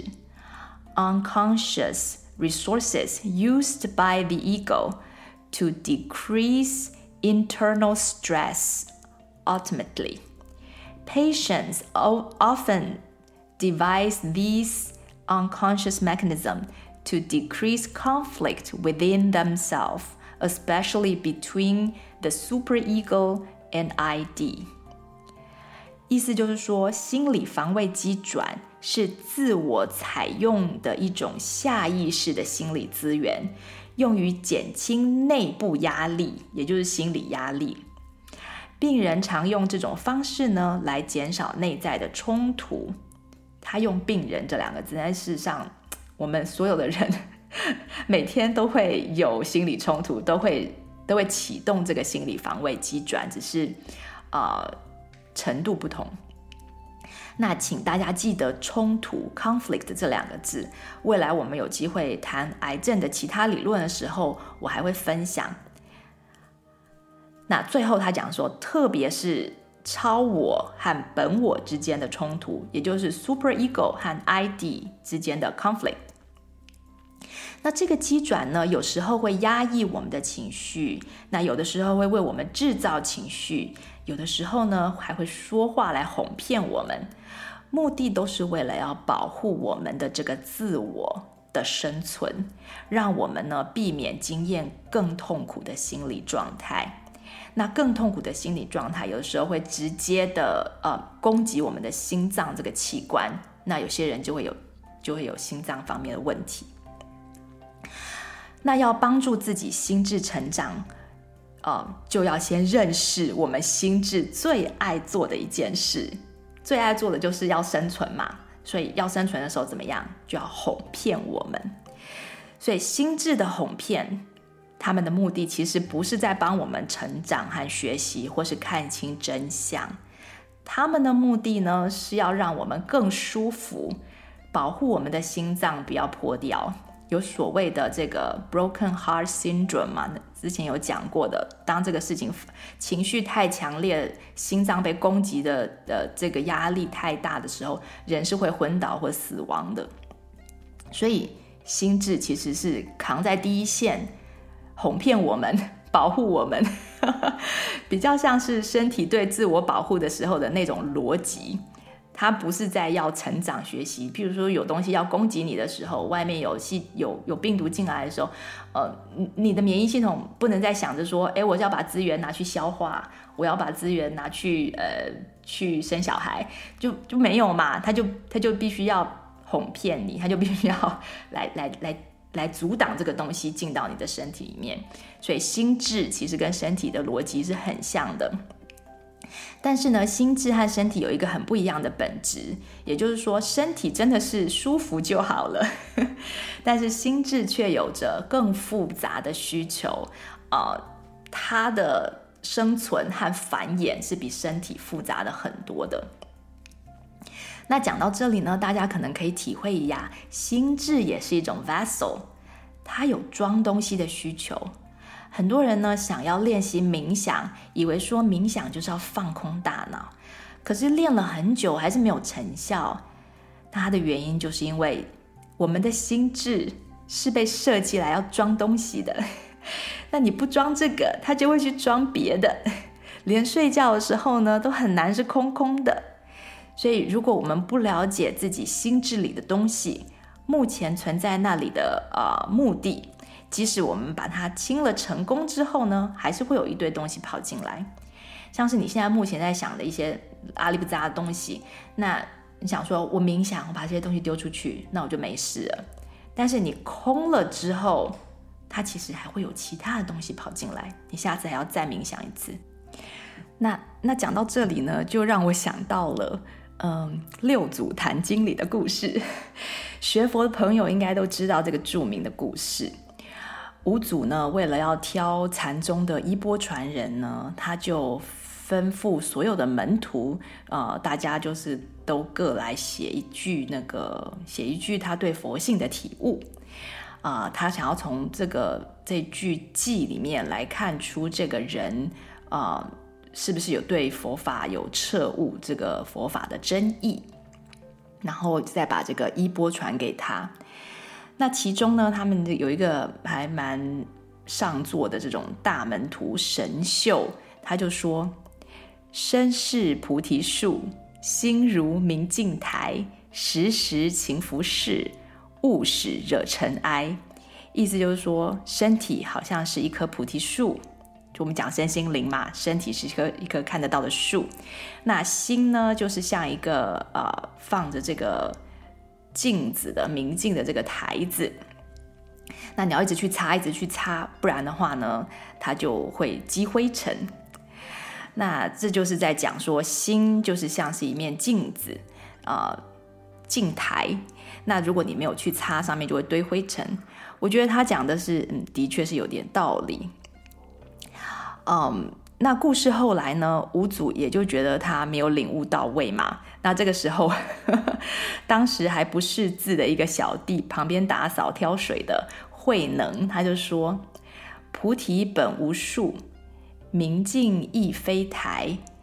unconscious resources used by the ego to decrease internal stress. Ultimately, patients often devise these unconscious mechanisms to decrease conflict within themselves, especially between the superego and I D.意思就是说，心理防卫机转是自我采用的一种下意识的心理资源，用于减轻内部压力，也就是心理压力。病人常用这种方式呢，来减少内在的冲突。他用病人这两个字，但事实上，我们所有的人每天都会有心理冲突，都会都会启动这个心理防卫机转，只是呃。程度不同。那请大家记得冲突 conflict 这两个字，未来我们有机会谈癌症的其他理论的时候，我还会分享。那最后他讲说，特别是超我和本我之间的冲突，也就是 super ego 和 I D 之间的 conflict。那这个机转呢，有时候会压抑我们的情绪，那有的时候会为我们制造情绪，有的时候呢还会说话来哄骗我们，目的都是为了要保护我们的这个自我的生存，让我们呢避免经验更痛苦的心理状态。那更痛苦的心理状态有的时候会直接的呃攻击我们的心脏这个器官，那有些人就会有就会有心脏方面的问题。那要帮助自己心智成长，呃，就要先认识我们心智最爱做的一件事，最爱做的就是要生存嘛，所以要生存的时候怎么样，就要哄骗我们。所以心智的哄骗，他们的目的其实不是在帮我们成长和学习，或是看清真相，他们的目的呢，是要让我们更舒服，保护我们的心脏不要破掉。有所谓的这个 broken heart syndrome 嘛，之前有讲过的，当这个事情情绪太强烈，心脏被攻击的的这个压力太大的时候，人是会昏倒或死亡的。所以心智其实是扛在第一线，哄骗我们，保护我们比较像是身体对自我保护的时候的那种逻辑，它不是在要成长学习。譬如说有东西要攻击你的时候，外面有有有病毒进来的时候，呃，你的免疫系统不能再想着说，哎，我要把资源拿去消化，我要把资源拿去呃去生小孩，就就没有嘛，他就他就必须要哄骗你，他就必须要来来来来阻挡这个东西进到你的身体里面。所以心智其实跟身体的逻辑是很像的。但是呢，心智和身体有一个很不一样的本质，也就是说身体真的是舒服就好了但是心智却有着更复杂的需求，呃，它的生存和繁衍是比身体复杂的很多的。那讲到这里呢，大家可能可以体会一下，心智也是一种 vessel， 它有装东西的需求。很多人呢想要练习冥想，以为说冥想就是要放空大脑，可是练了很久还是没有成效。那它的原因就是因为我们的心智是被设计来要装东西的那你不装这个，它就会去装别的，连睡觉的时候呢都很难是空空的。所以如果我们不了解自己心智里的东西，目前存在那里的、呃、目的，即使我们把它清了成功之后呢，还是会有一堆东西跑进来。像是你现在目前在想的一些阿里不扎的东西，那你想说我冥想，我把这些东西丢出去，那我就没事了。但是你空了之后，它其实还会有其他的东西跑进来，你下次还要再冥想一次。那那讲到这里呢，就让我想到了嗯，六祖坛经里的故事学佛的朋友应该都知道这个著名的故事。五祖呢，为了要挑禅宗的衣钵传人呢，他就吩咐所有的门徒，呃，大家就是都各来写一句那个写一句他对佛性的体悟，啊、呃，他想要从这个这句偈里面来看出这个人，呃，是不是有对佛法有彻悟这个佛法的真意，然后再把这个衣钵传给他。那其中呢，他们有一个还蛮上座的这种大门徒神秀，他就说：身是菩提树，心如明镜台，时时勤拂拭，勿使惹尘埃。意思就是说，身体好像是一棵菩提树，就我们讲身心灵嘛，身体是一棵一棵看得到的树，那心呢，就是像一个呃放着这个镜子的明镜的这个台子，那你要一直去擦一直去擦，不然的话呢它就会积灰尘。那这就是在讲说，心就是像是一面镜子，呃镜台，那如果你没有去擦，上面就会堆灰尘。我觉得他讲的是嗯，的确是有点道理。嗯，那故事后来呢，五祖也就觉得他没有领悟到位嘛。那这个时候呵呵当时还不识字的一个小弟，旁边打扫挑水的慧能，他就说：菩提本无树，明镜亦非台，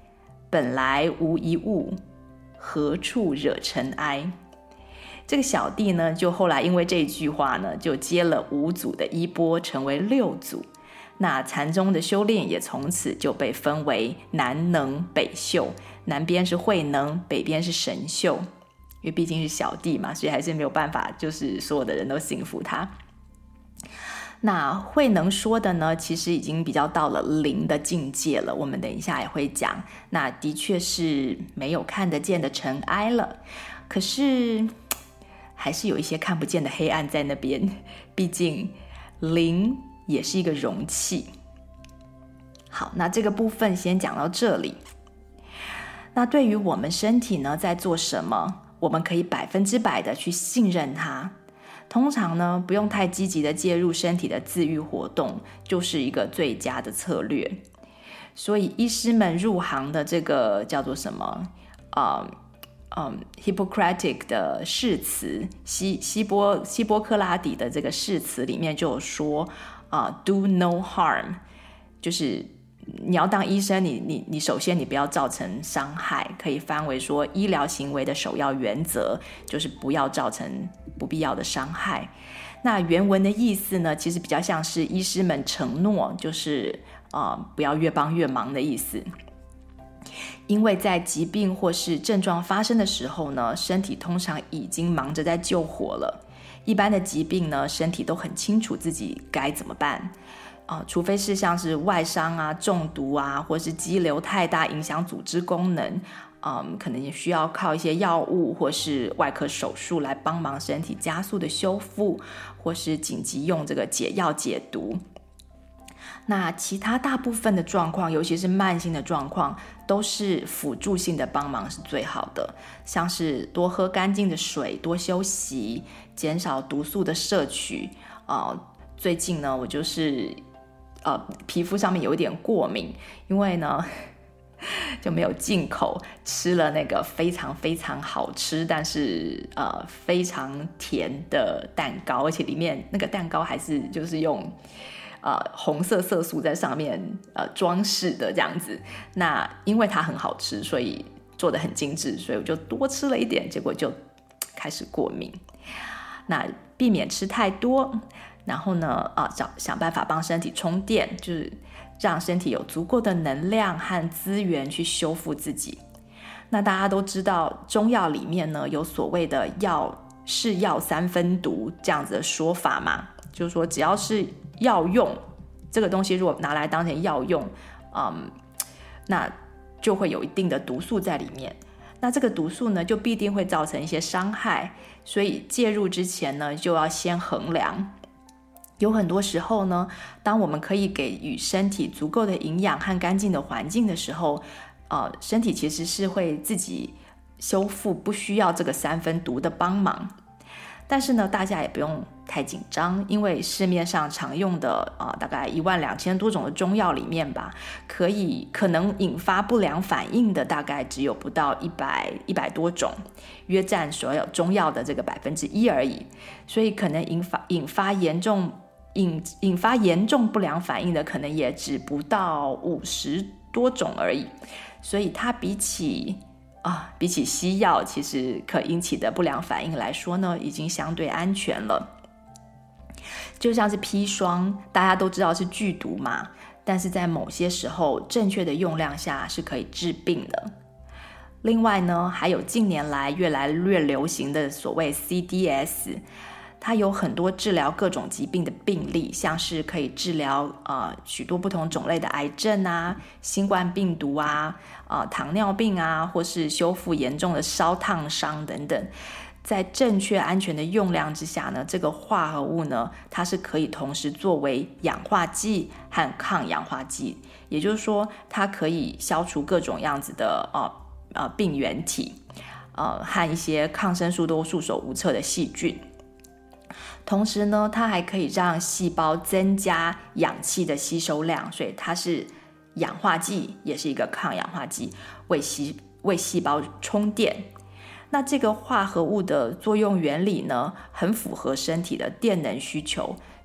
本来无一物，何处惹尘埃。这个小弟呢，就后来因为这句话呢，就接了五祖的衣钵，成为六祖。那禅宗的修炼也从此就被分为南能北秀，南边是慧能，北边是神秀。因为毕竟是小弟嘛，所以还是没有办法，就是所有的人都信服他。那慧能说的呢，其实已经比较到了灵的境界了，我们等一下也会讲。那的确是没有看得见的尘埃了，可是还是有一些看不见的黑暗在那边，毕竟灵也是一个容器。好，那这个部分先讲到这里。那对于我们身体呢，在做什么，我们可以百分之百的去信任它。通常呢，不用太积极的介入身体的自愈活动，就是一个最佳的策略。所以医师们入行的这个叫做什么？嗯嗯 Hippocratic 的誓词，希希波希波克拉底的这个誓词里面就有说，啊、uh, ，do no harm， 就是你要当医生，你你你首先你不要造成伤害，可以翻为说医疗行为的首要原则就是不要造成不必要的伤害。那原文的意思呢，其实比较像是医师们承诺，就是呃不要越帮越忙的意思。因为在疾病或是症状发生的时候呢，身体通常已经忙着在救活了。一般的疾病呢，身体都很清楚自己该怎么办。呃、除非是像是外伤啊、中毒啊，或是肌瘤太大影响组织功能，嗯，可能也需要靠一些药物或是外科手术来帮忙身体加速的修复，或是紧急用这个解药解毒。那其他大部分的状况，尤其是慢性的状况，都是辅助性的帮忙是最好的，像是多喝干净的水，多休息，减少毒素的摄取。呃、最近呢，我就是呃皮肤上面有一点过敏，因为呢就没有进口，吃了那个非常非常好吃但是呃非常甜的蛋糕，而且里面那个蛋糕还是就是用呃红色色素在上面呃装饰的这样子。那因为它很好吃，所以做得很精致，所以我就多吃了一点，结果就开始过敏。那避免吃太多，然后呢呃想想办法帮身体充电，就是让身体有足够的能量和资源去修复自己。那大家都知道中药里面呢有所谓的药是药三分毒这样子的说法嘛，就是说只要是药用这个东西，如果拿来当成药用，嗯，那就会有一定的毒素在里面。那这个毒素呢就必定会造成一些伤害，所以介入之前呢就要先衡量。有很多时候呢，当我们可以给予身体足够的营养和干净的环境的时候，呃，身体其实是会自己修复，不需要这个三分毒的帮忙。但是呢，大家也不用太紧张，因为市面上常用的呃大概一万两千多种的中药里面吧，可以可能引发不良反应的大概只有不到一百一百多种，约占所有中药的这个百分之一而已。所以可能引发引发严重引引发严重不良反应的，可能也只不到五十多种而已。所以它比起啊，比起西药，其实可引起的不良反应来说呢，已经相对安全了。就像是砒霜，大家都知道是剧毒嘛，但是在某些时候，正确的用量下是可以治病的。另外呢，还有近年来越来越流行的所谓 C D S， 它有很多治疗各种疾病的病例，像是可以治疗呃许多不同种类的癌症啊、新冠病毒啊、呃糖尿病啊，或是修复严重的烧烫伤等等。在正确安全的用量之下呢，这个化合物呢，它是可以同时作为氧化剂和抗氧化剂，也就是说，它可以消除各种样子的呃呃病原体，呃和一些抗生素都束手无策的细菌。同时呢，它还可以让细胞增加氧气的吸收量，所以它是氧化剂，也是一个抗氧化剂，为细为细胞充电。那这个化合物的作用原理呢，很符合身体的电能需求，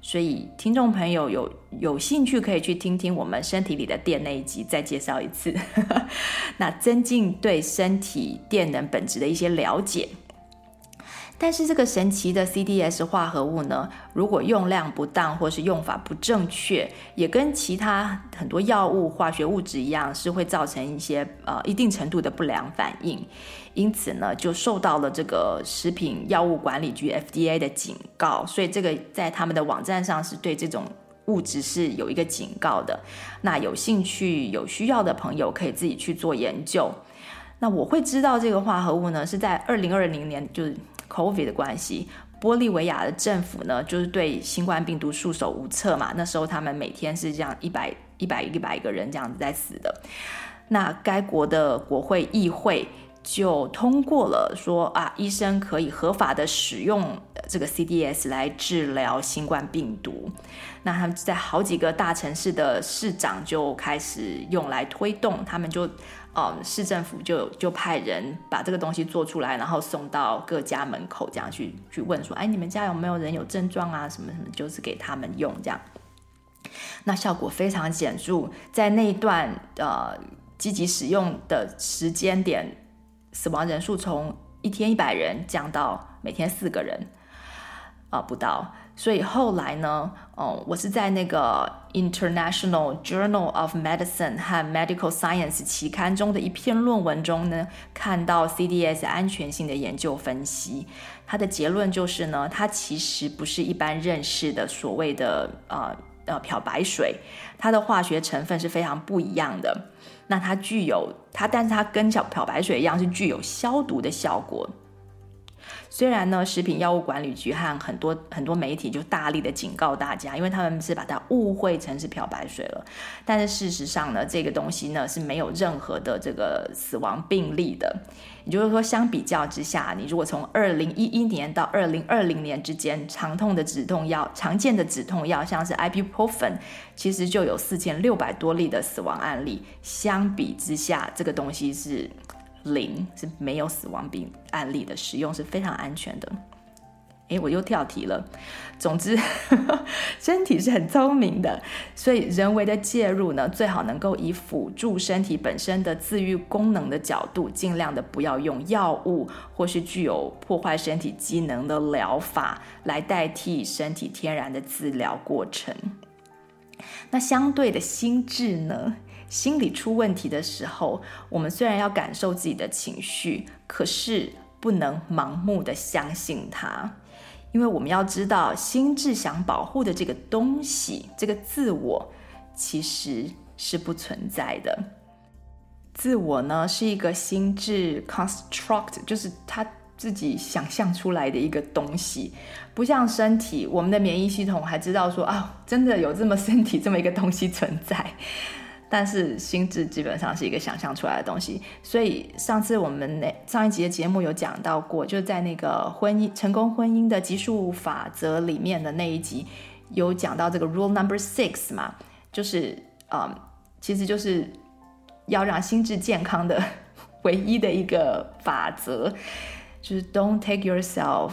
所以听众朋友有有兴趣可以去听听我们身体里的电那一集，再介绍一次那增进对身体电能本质的一些了解。但是这个神奇的 C D S 化合物呢，如果用量不当或是用法不正确，也跟其他很多药物化学物质一样，是会造成一些呃一定程度的不良反应。因此呢，就受到了这个食品药物管理局 F D A 的警告，所以这个在他们的网站上是对这种物质是有一个警告的。那有兴趣有需要的朋友可以自己去做研究。那我会知道这个化合物呢，是在二零二零年，就是 COVID 的关系，玻利维亚的政府呢，就是对新冠病毒束手无策嘛。那时候他们每天是这样一百一百一百个人这样子在死的。那该国的国会议会就通过了说啊，医生可以合法的使用这个 C D S 来治疗新冠病毒。那他们在好几个大城市的市长就开始用来推动，他们就嗯，市政府就就派人把这个东西做出来，然后送到各家门口，这样去去问说，哎，你们家有没有人有症状啊？什么什么，就是给他们用这样。那效果非常显著，在那一段呃积极使用的时间点，死亡人数从一天一百人降到每天四个人，呃不到。所以后来呢，哦，我是在那个 International Journal of Medicine 和 Medical Science 期刊中的一篇论文中呢，看到 C D S 安全性的研究分析。它的结论就是呢，它其实不是一般认识的所谓的呃呃漂白水，它的化学成分是非常不一样的。那它具有它，但是它跟漂白水一样是具有消毒的效果。虽然呢，食品药物管理局和很多很多媒体就大力的警告大家，因为他们是把它误会成是漂白水了。但是事实上呢，这个东西呢是没有任何的这个死亡病例的。也就是说，相比较之下，你如果从二零一一年到二零二零年之间，长痛的止痛药、常见的止痛药，像是 Ibuprofen， 其实就有四千六百多例的死亡案例。相比之下，这个东西是零，是没有死亡病案例的，使用是非常安全的。诶，我又跳题了。总之身体是很聪明的，所以人为的介入呢，最好能够以辅助身体本身的自愈功能的角度，尽量的不要用药物或是具有破坏身体机能的疗法来代替身体天然的治疗过程。那相对的心智呢，心理出问题的时候，我们虽然要感受自己的情绪，可是不能盲目的相信它。因为我们要知道，心智想保护的这个东西，这个自我其实是不存在的。自我呢，是一个心智 construct， 就是它自己想象出来的一个东西，不像身体，我们的免疫系统还知道说啊，真的有这么身体这么一个东西存在。但是心智基本上是一个想象出来的东西。所以上次我们上一集的节目有讲到过，就在那个婚姻成功婚姻的级数法则里面的那一集有讲到这个 rule number six 嘛，就是、嗯、其实就是要让心智健康的唯一的一个法则，就是 don't take yourself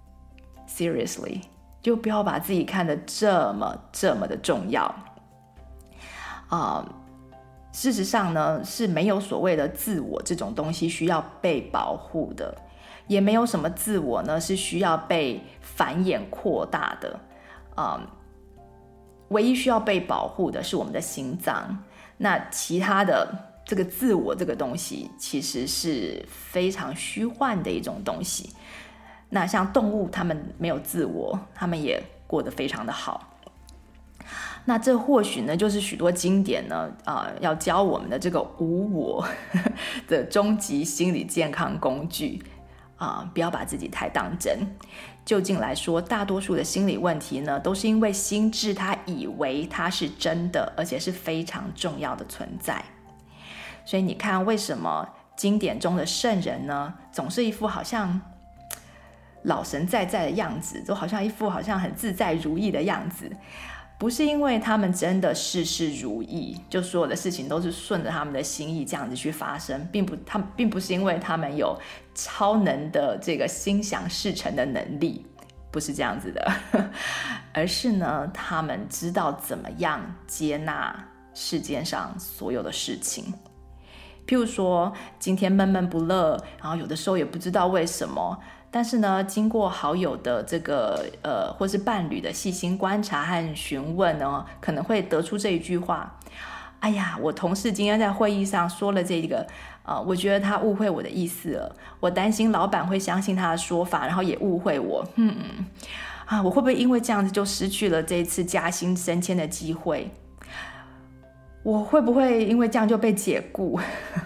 seriously， 就不要把自己看得这么这么的重要。呃、事实上呢，是没有所谓的自我这种东西需要被保护的，也没有什么自我呢是需要被繁衍扩大的。呃、唯一需要被保护的是我们的心脏，那其他的这个自我这个东西其实是非常虚幻的一种东西。那像动物，它们没有自我，它们也过得非常的好。那这或许呢，就是许多经典呢，呃，要教我们的这个无我的终极心理健康工具啊、呃，不要把自己太当真。究竟来说，大多数的心理问题呢，都是因为心智它以为它是真的，而且是非常重要的存在。所以你看，为什么经典中的圣人呢，总是一副好像老神在在的样子，都好像一副好像很自在如意的样子？不是因为他们真的事事如意，就所有的事情都是顺着他们的心意这样子去发生，并不，他们并不是因为他们有超能的这个心想事成的能力， 不是这样子的，而是呢，他们知道怎么样接纳世界上所有的事情。譬如说，今天闷闷不乐，然后有的时候也不知道为什么，但是呢，经过好友的这个呃，或是伴侣的细心观察和询问呢，可能会得出这一句话：哎呀，我同事今天在会议上说了这个，呃，我觉得他误会我的意思了。我担心老板会相信他的说法，然后也误会我。嗯嗯，啊，我会不会因为这样子就失去了这一次加薪升迁的机会？我会不会因为这样就被解雇？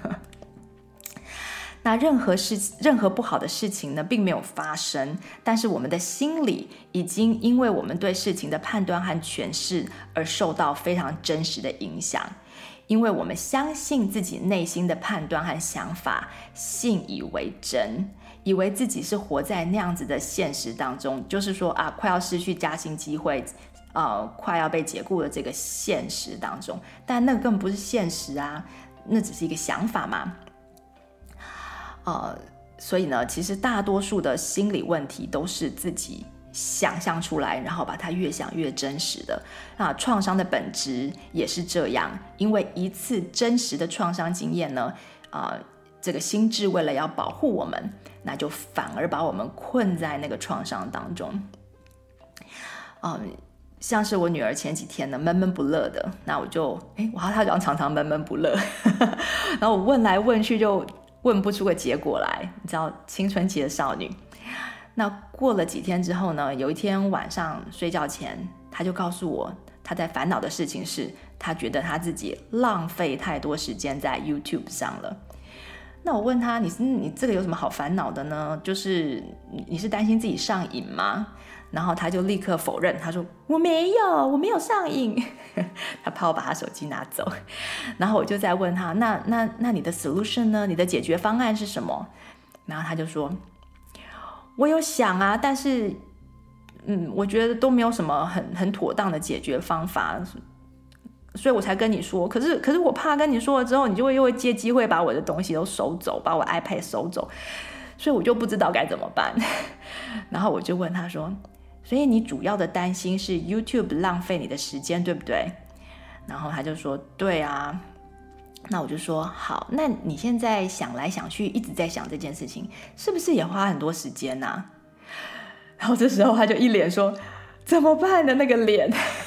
那任何事任何不好的事情呢，并没有发生，但是我们的心里已经因为我们对事情的判断和诠释而受到非常真实的影响，因为我们相信自己内心的判断和想法，信以为真，以为自己是活在那样子的现实当中，就是说啊，快要失去加薪机会，呃，快要被解雇的这个现实当中，但那个根本不是现实啊，那只是一个想法嘛。呃，所以呢，其实大多数的心理问题都是自己想象出来，然后把它越想越真实的。那创伤的本质也是这样，因为一次真实的创伤经验呢，呃，这个心智为了要保护我们，那就反而把我们困在那个创伤当中。嗯、呃，像是我女儿前几天呢闷闷不乐的，那我就哎，哇，她好像常常闷闷不乐，然后我问来问去就问不出个结果来，你知道青春期的少女。那过了几天之后呢，有一天晚上睡觉前，她就告诉我她在烦恼的事情是，她觉得她自己浪费太多时间在 YouTube 上了。那我问她，你是你这个有什么好烦恼的呢？就是你是担心自己上瘾吗？然后她就立刻否认，她说我没有，我没有上瘾。她怕我把她手机拿走。然后我就再问她，那那那你的 solution 呢？你的解决方案是什么？然后她就说，我有想啊，但是嗯，我觉得都没有什么很很妥当的解决方法，所以我才跟你说。可是可是我怕跟你说了之后，你就会又会借机会把我的东西都收走，把我 iPad 收走，所以我就不知道该怎么办。然后我就问他说，所以你主要的担心是 YouTube 浪费你的时间，对不对？然后他就说，对啊。那我就说，好，那你现在想来想去，一直在想这件事情，是不是也花很多时间啊？然后这时候他就一脸说，怎么办的那个脸。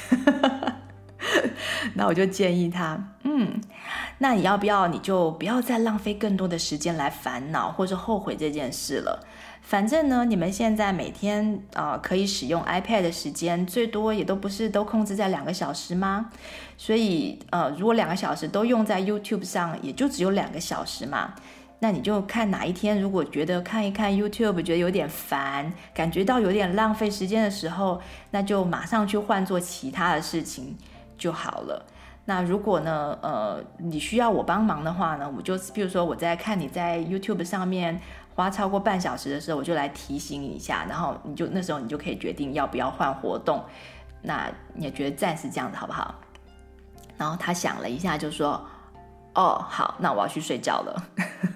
那我就建议他，嗯，那你要不要你就不要再浪费更多的时间来烦恼或者后悔这件事了。反正呢，你们现在每天、呃、可以使用 iPad 的时间最多也都不是都控制在两个小时吗？所以呃，如果两个小时都用在 YouTube 上，也就只有两个小时嘛。那你就看哪一天，如果觉得看一看 YouTube 觉得有点烦，感觉到有点浪费时间的时候，那就马上去换做其他的事情就好了。那如果呢，呃，你需要我帮忙的话呢，我就比如说我在看你在 YouTube 上面花超过半小时的时候，我就来提醒你一下，然后你就那时候你就可以决定要不要换活动。那你也觉得暂时这样子好不好？然后他想了一下就说，哦，好，那我要去睡觉了。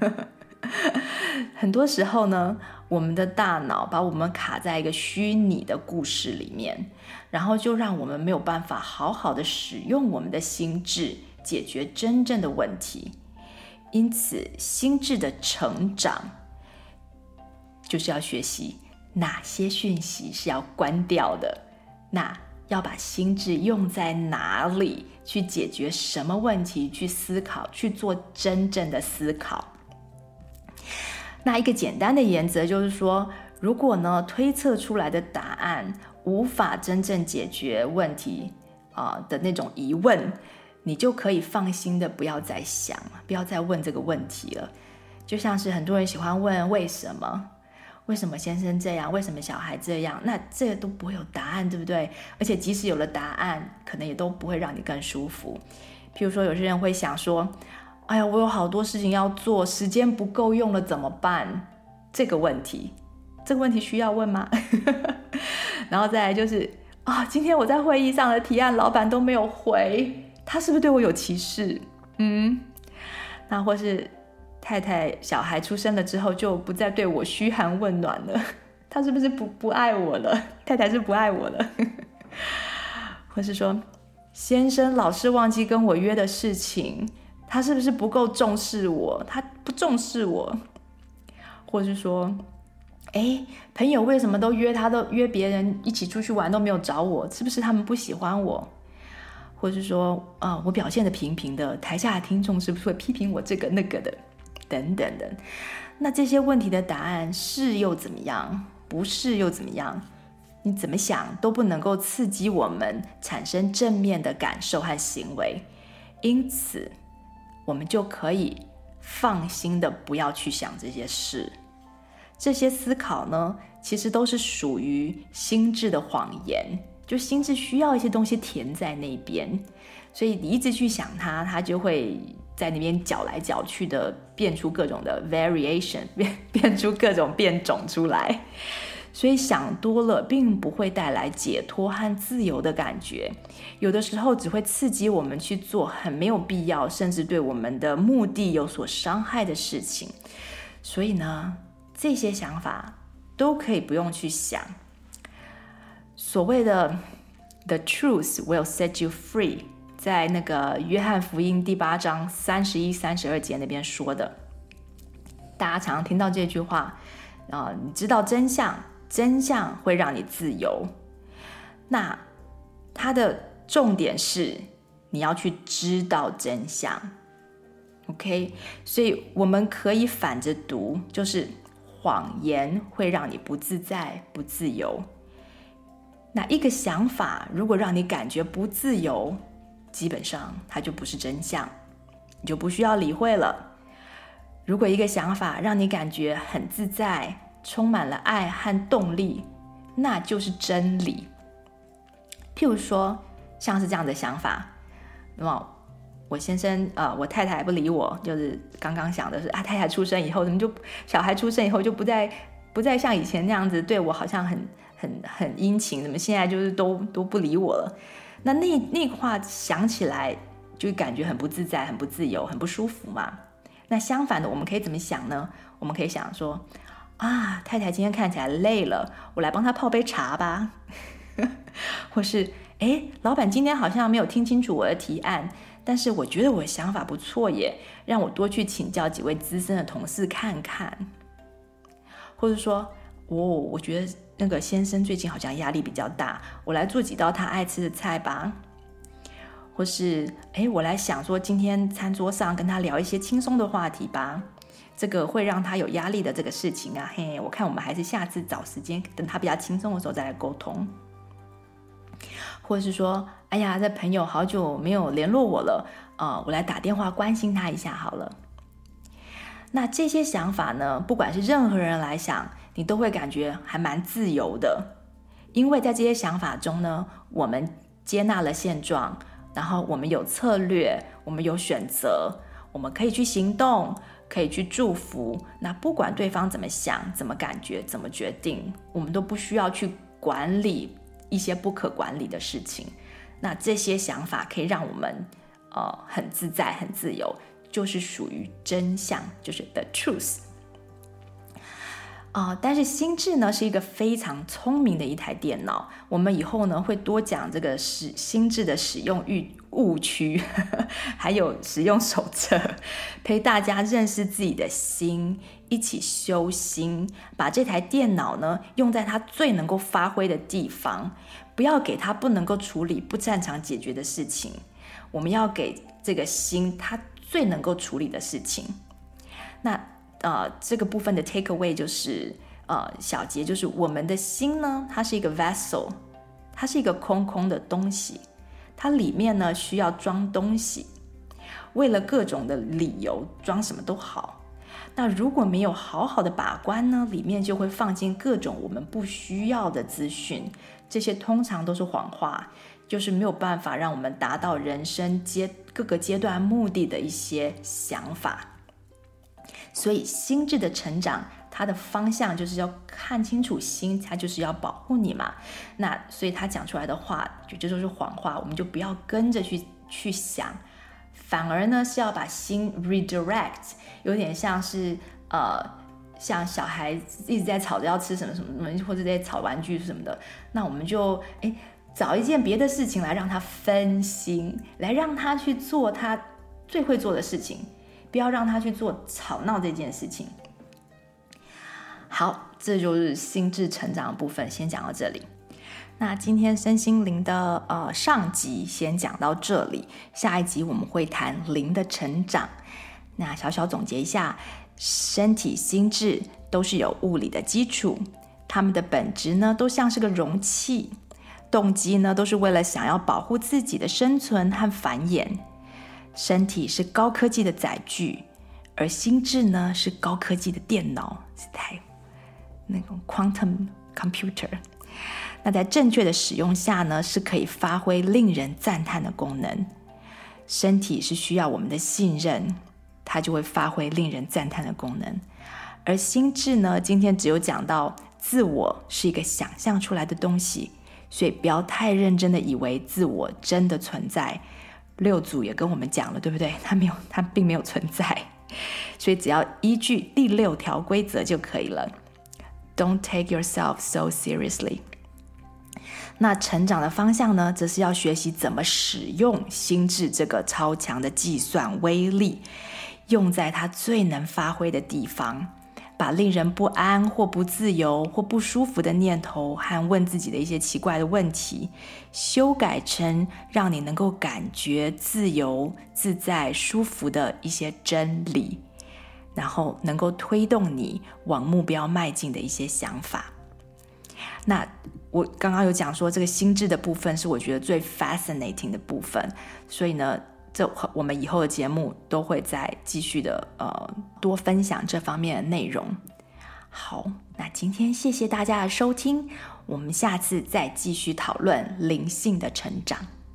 很多时候呢，我们的大脑把我们卡在一个虚拟的故事里面，然后就让我们没有办法好好的使用我们的心智解决真正的问题。因此心智的成长就是要学习哪些讯息是要关掉的，那要把心智用在哪里，去解决什么问题，去思考，去做真正的思考。那一个简单的原则就是说，如果呢推测出来的答案无法真正解决问题、呃、的那种疑问，你就可以放心的不要再想，不要再问这个问题了。就像是很多人喜欢问为什么，为什么先生这样，为什么小孩这样，那这个都不会有答案，对不对？而且即使有了答案，可能也都不会让你更舒服。譬如说有些人会想说，哎呀，我有好多事情要做，时间不够用了怎么办？这个问题这个问题需要问吗？然后再来就是啊、哦，今天我在会议上的提案老板都没有回，他是不是对我有歧视？嗯，那或是太太小孩出生了之后就不再对我嘘寒问暖了， 他是不是不不爱我了？太太是不爱我了？或是说，先生老是忘记跟我约的事情，他是不是不够重视我？他不重视我？或是说，哎，朋友为什么都约他，都约别人一起出去玩，都没有找我？是不是他们不喜欢我？或是说，呃，我表现得平平的，台下的听众是不是会批评我这个那个的？等等的。那这些问题的答案是又怎么样？不是又怎么样？你怎么想都不能够刺激我们产生正面的感受和行为，因此我们就可以放心的不要去想这些事。这些思考呢，其实都是属于心智的谎言，就心智需要一些东西填在那边，所以你一直去想它，它就会在那边搅来搅去的，变出各种的 variation， 变, 变出各种变种出来。所以想多了并不会带来解脱和自由的感觉，有的时候只会刺激我们去做很没有必要，甚至对我们的目的有所伤害的事情。所以呢，这些想法都可以不用去想。所谓的 The truth will set you free， 在那个约翰福音第八章三十一、三十二节那边说的，大家常常听到这句话，呃、你知道真相，真相会让你自由。那它的重点是你要去知道真相 OK， 所以我们可以反着读，就是谎言会让你不自在不自由。那一个想法如果让你感觉不自由，基本上它就不是真相，你就不需要理会了。如果一个想法让你感觉很自在，充满了爱和动力，那就是真理。譬如说，像是这样的想法，那么我先生呃，我太太不理我，就是刚刚想的是啊，太太出生以后，怎么就小孩出生以后就不再不再像以前那样子对我好像很很很殷勤，怎么现在就是都都不理我了？那那那话想起来就感觉很不自在、很不自由、很不舒服嘛。那相反的，我们可以怎么想呢？我们可以想说，啊，太太今天看起来累了，我来帮她泡杯茶吧。或是，哎，老板今天好像没有听清楚我的提案，但是我觉得我的想法不错耶，让我多去请教几位资深的同事看看。或者说，哦，我觉得那个先生最近好像压力比较大，我来做几道他爱吃的菜吧。或是，哎，我来想说今天餐桌上跟他聊一些轻松的话题吧，这个会让他有压力的这个事情啊，嘿，我看我们还是下次找时间，等他比较轻松的时候再来沟通。或者是说，哎呀，这朋友好久没有联络我了，呃，我来打电话关心他一下好了。那这些想法呢，不管是任何人来想，你都会感觉还蛮自由的，因为在这些想法中呢，我们接纳了现状，然后我们有策略，我们有选择，我们可以去行动，可以去祝福。那不管对方怎么想、怎么感觉、怎么决定，我们都不需要去管理一些不可管理的事情。那这些想法可以让我们呃很自在、很自由，就是属于真相，就是 the truth。呃、但是心智呢是一个非常聪明的一台电脑，我们以后呢会多讲这个使心智的使用误区，还有使用手册，陪大家认识自己的心，一起修心，把这台电脑呢用在它最能够发挥的地方，不要给它不能够处理、不擅长解决的事情，我们要给这个心它最能够处理的事情。那呃，这个部分的 take away 就是呃，小节就是我们的心呢，它是一个 vessel， 它是一个空空的东西，它里面呢需要装东西，为了各种的理由装什么都好。那如果没有好好的把关呢，里面就会放进各种我们不需要的资讯，这些通常都是谎话，就是没有办法让我们达到人生阶各个阶段目的的一些想法。所以心智的成长，它的方向就是要看清楚心，它就是要保护你嘛。那所以他讲出来的话，就这就是谎话，我们就不要跟着去去想，反而呢是要把心 redirect， 有点像是呃像小孩一直在吵着要吃什么什么什么，或者在吵玩具什么的，那我们就哎找一件别的事情来让他分心，来让他去做他最会做的事情，不要让他去做吵闹这件事情。好，这就是心智成长的部分，先讲到这里。那今天身心灵的呃上集先讲到这里，下一集我们会谈灵的成长。那小小总结一下，身体、心智都是有物理的基础，它们的本质呢都像是个容器，动机呢都是为了想要保护自己的生存和繁衍。身体是高科技的载具，而心智呢是高科技的电脑，是太那种 quantum computer。那在正确的使用下呢，是可以发挥令人赞叹的功能。身体是需要我们的信任，它就会发挥令人赞叹的功能。而心智呢，今天只有讲到自我是一个想象出来的东西，所以不要太认真的以为自我真的存在。六祖也跟我们讲了，对不对？他没有，他并没有存在，所以只要依据第六条规则就可以了。Don't take yourself so seriously。那成长的方向呢，则是要学习怎么使用心智这个超强的计算威力，用在它最能发挥的地方，把令人不安或不自由或不舒服的念头和问自己的一些奇怪的问题，修改成让你能够感觉自由、自在、舒服的一些真理，然后能够推动你往目标迈进的一些想法。那我刚刚有讲说，这个心智的部分是我觉得最 fascinating 的部分，所以呢，这我们以后的节目都会再继续的呃多分享这方面的内容。好，那今天谢谢大家的收听，我们下次再继续讨论灵性的成长。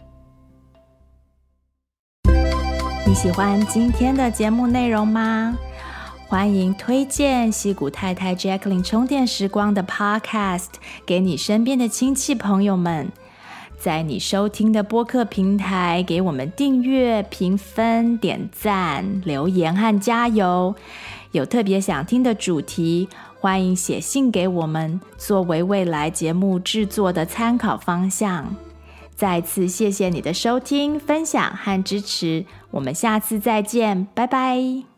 你喜欢今天的节目内容吗？欢迎推荐矽谷太太 Jacqueline 充电时光的 Podcast 给你身边的亲戚朋友们，在你收听的播客平台给我们订阅、评分、点赞、留言和加油。有特别想听的主题，欢迎写信给我们，作为未来节目制作的参考方向。再次谢谢你的收听、分享和支持，我们下次再见，拜拜。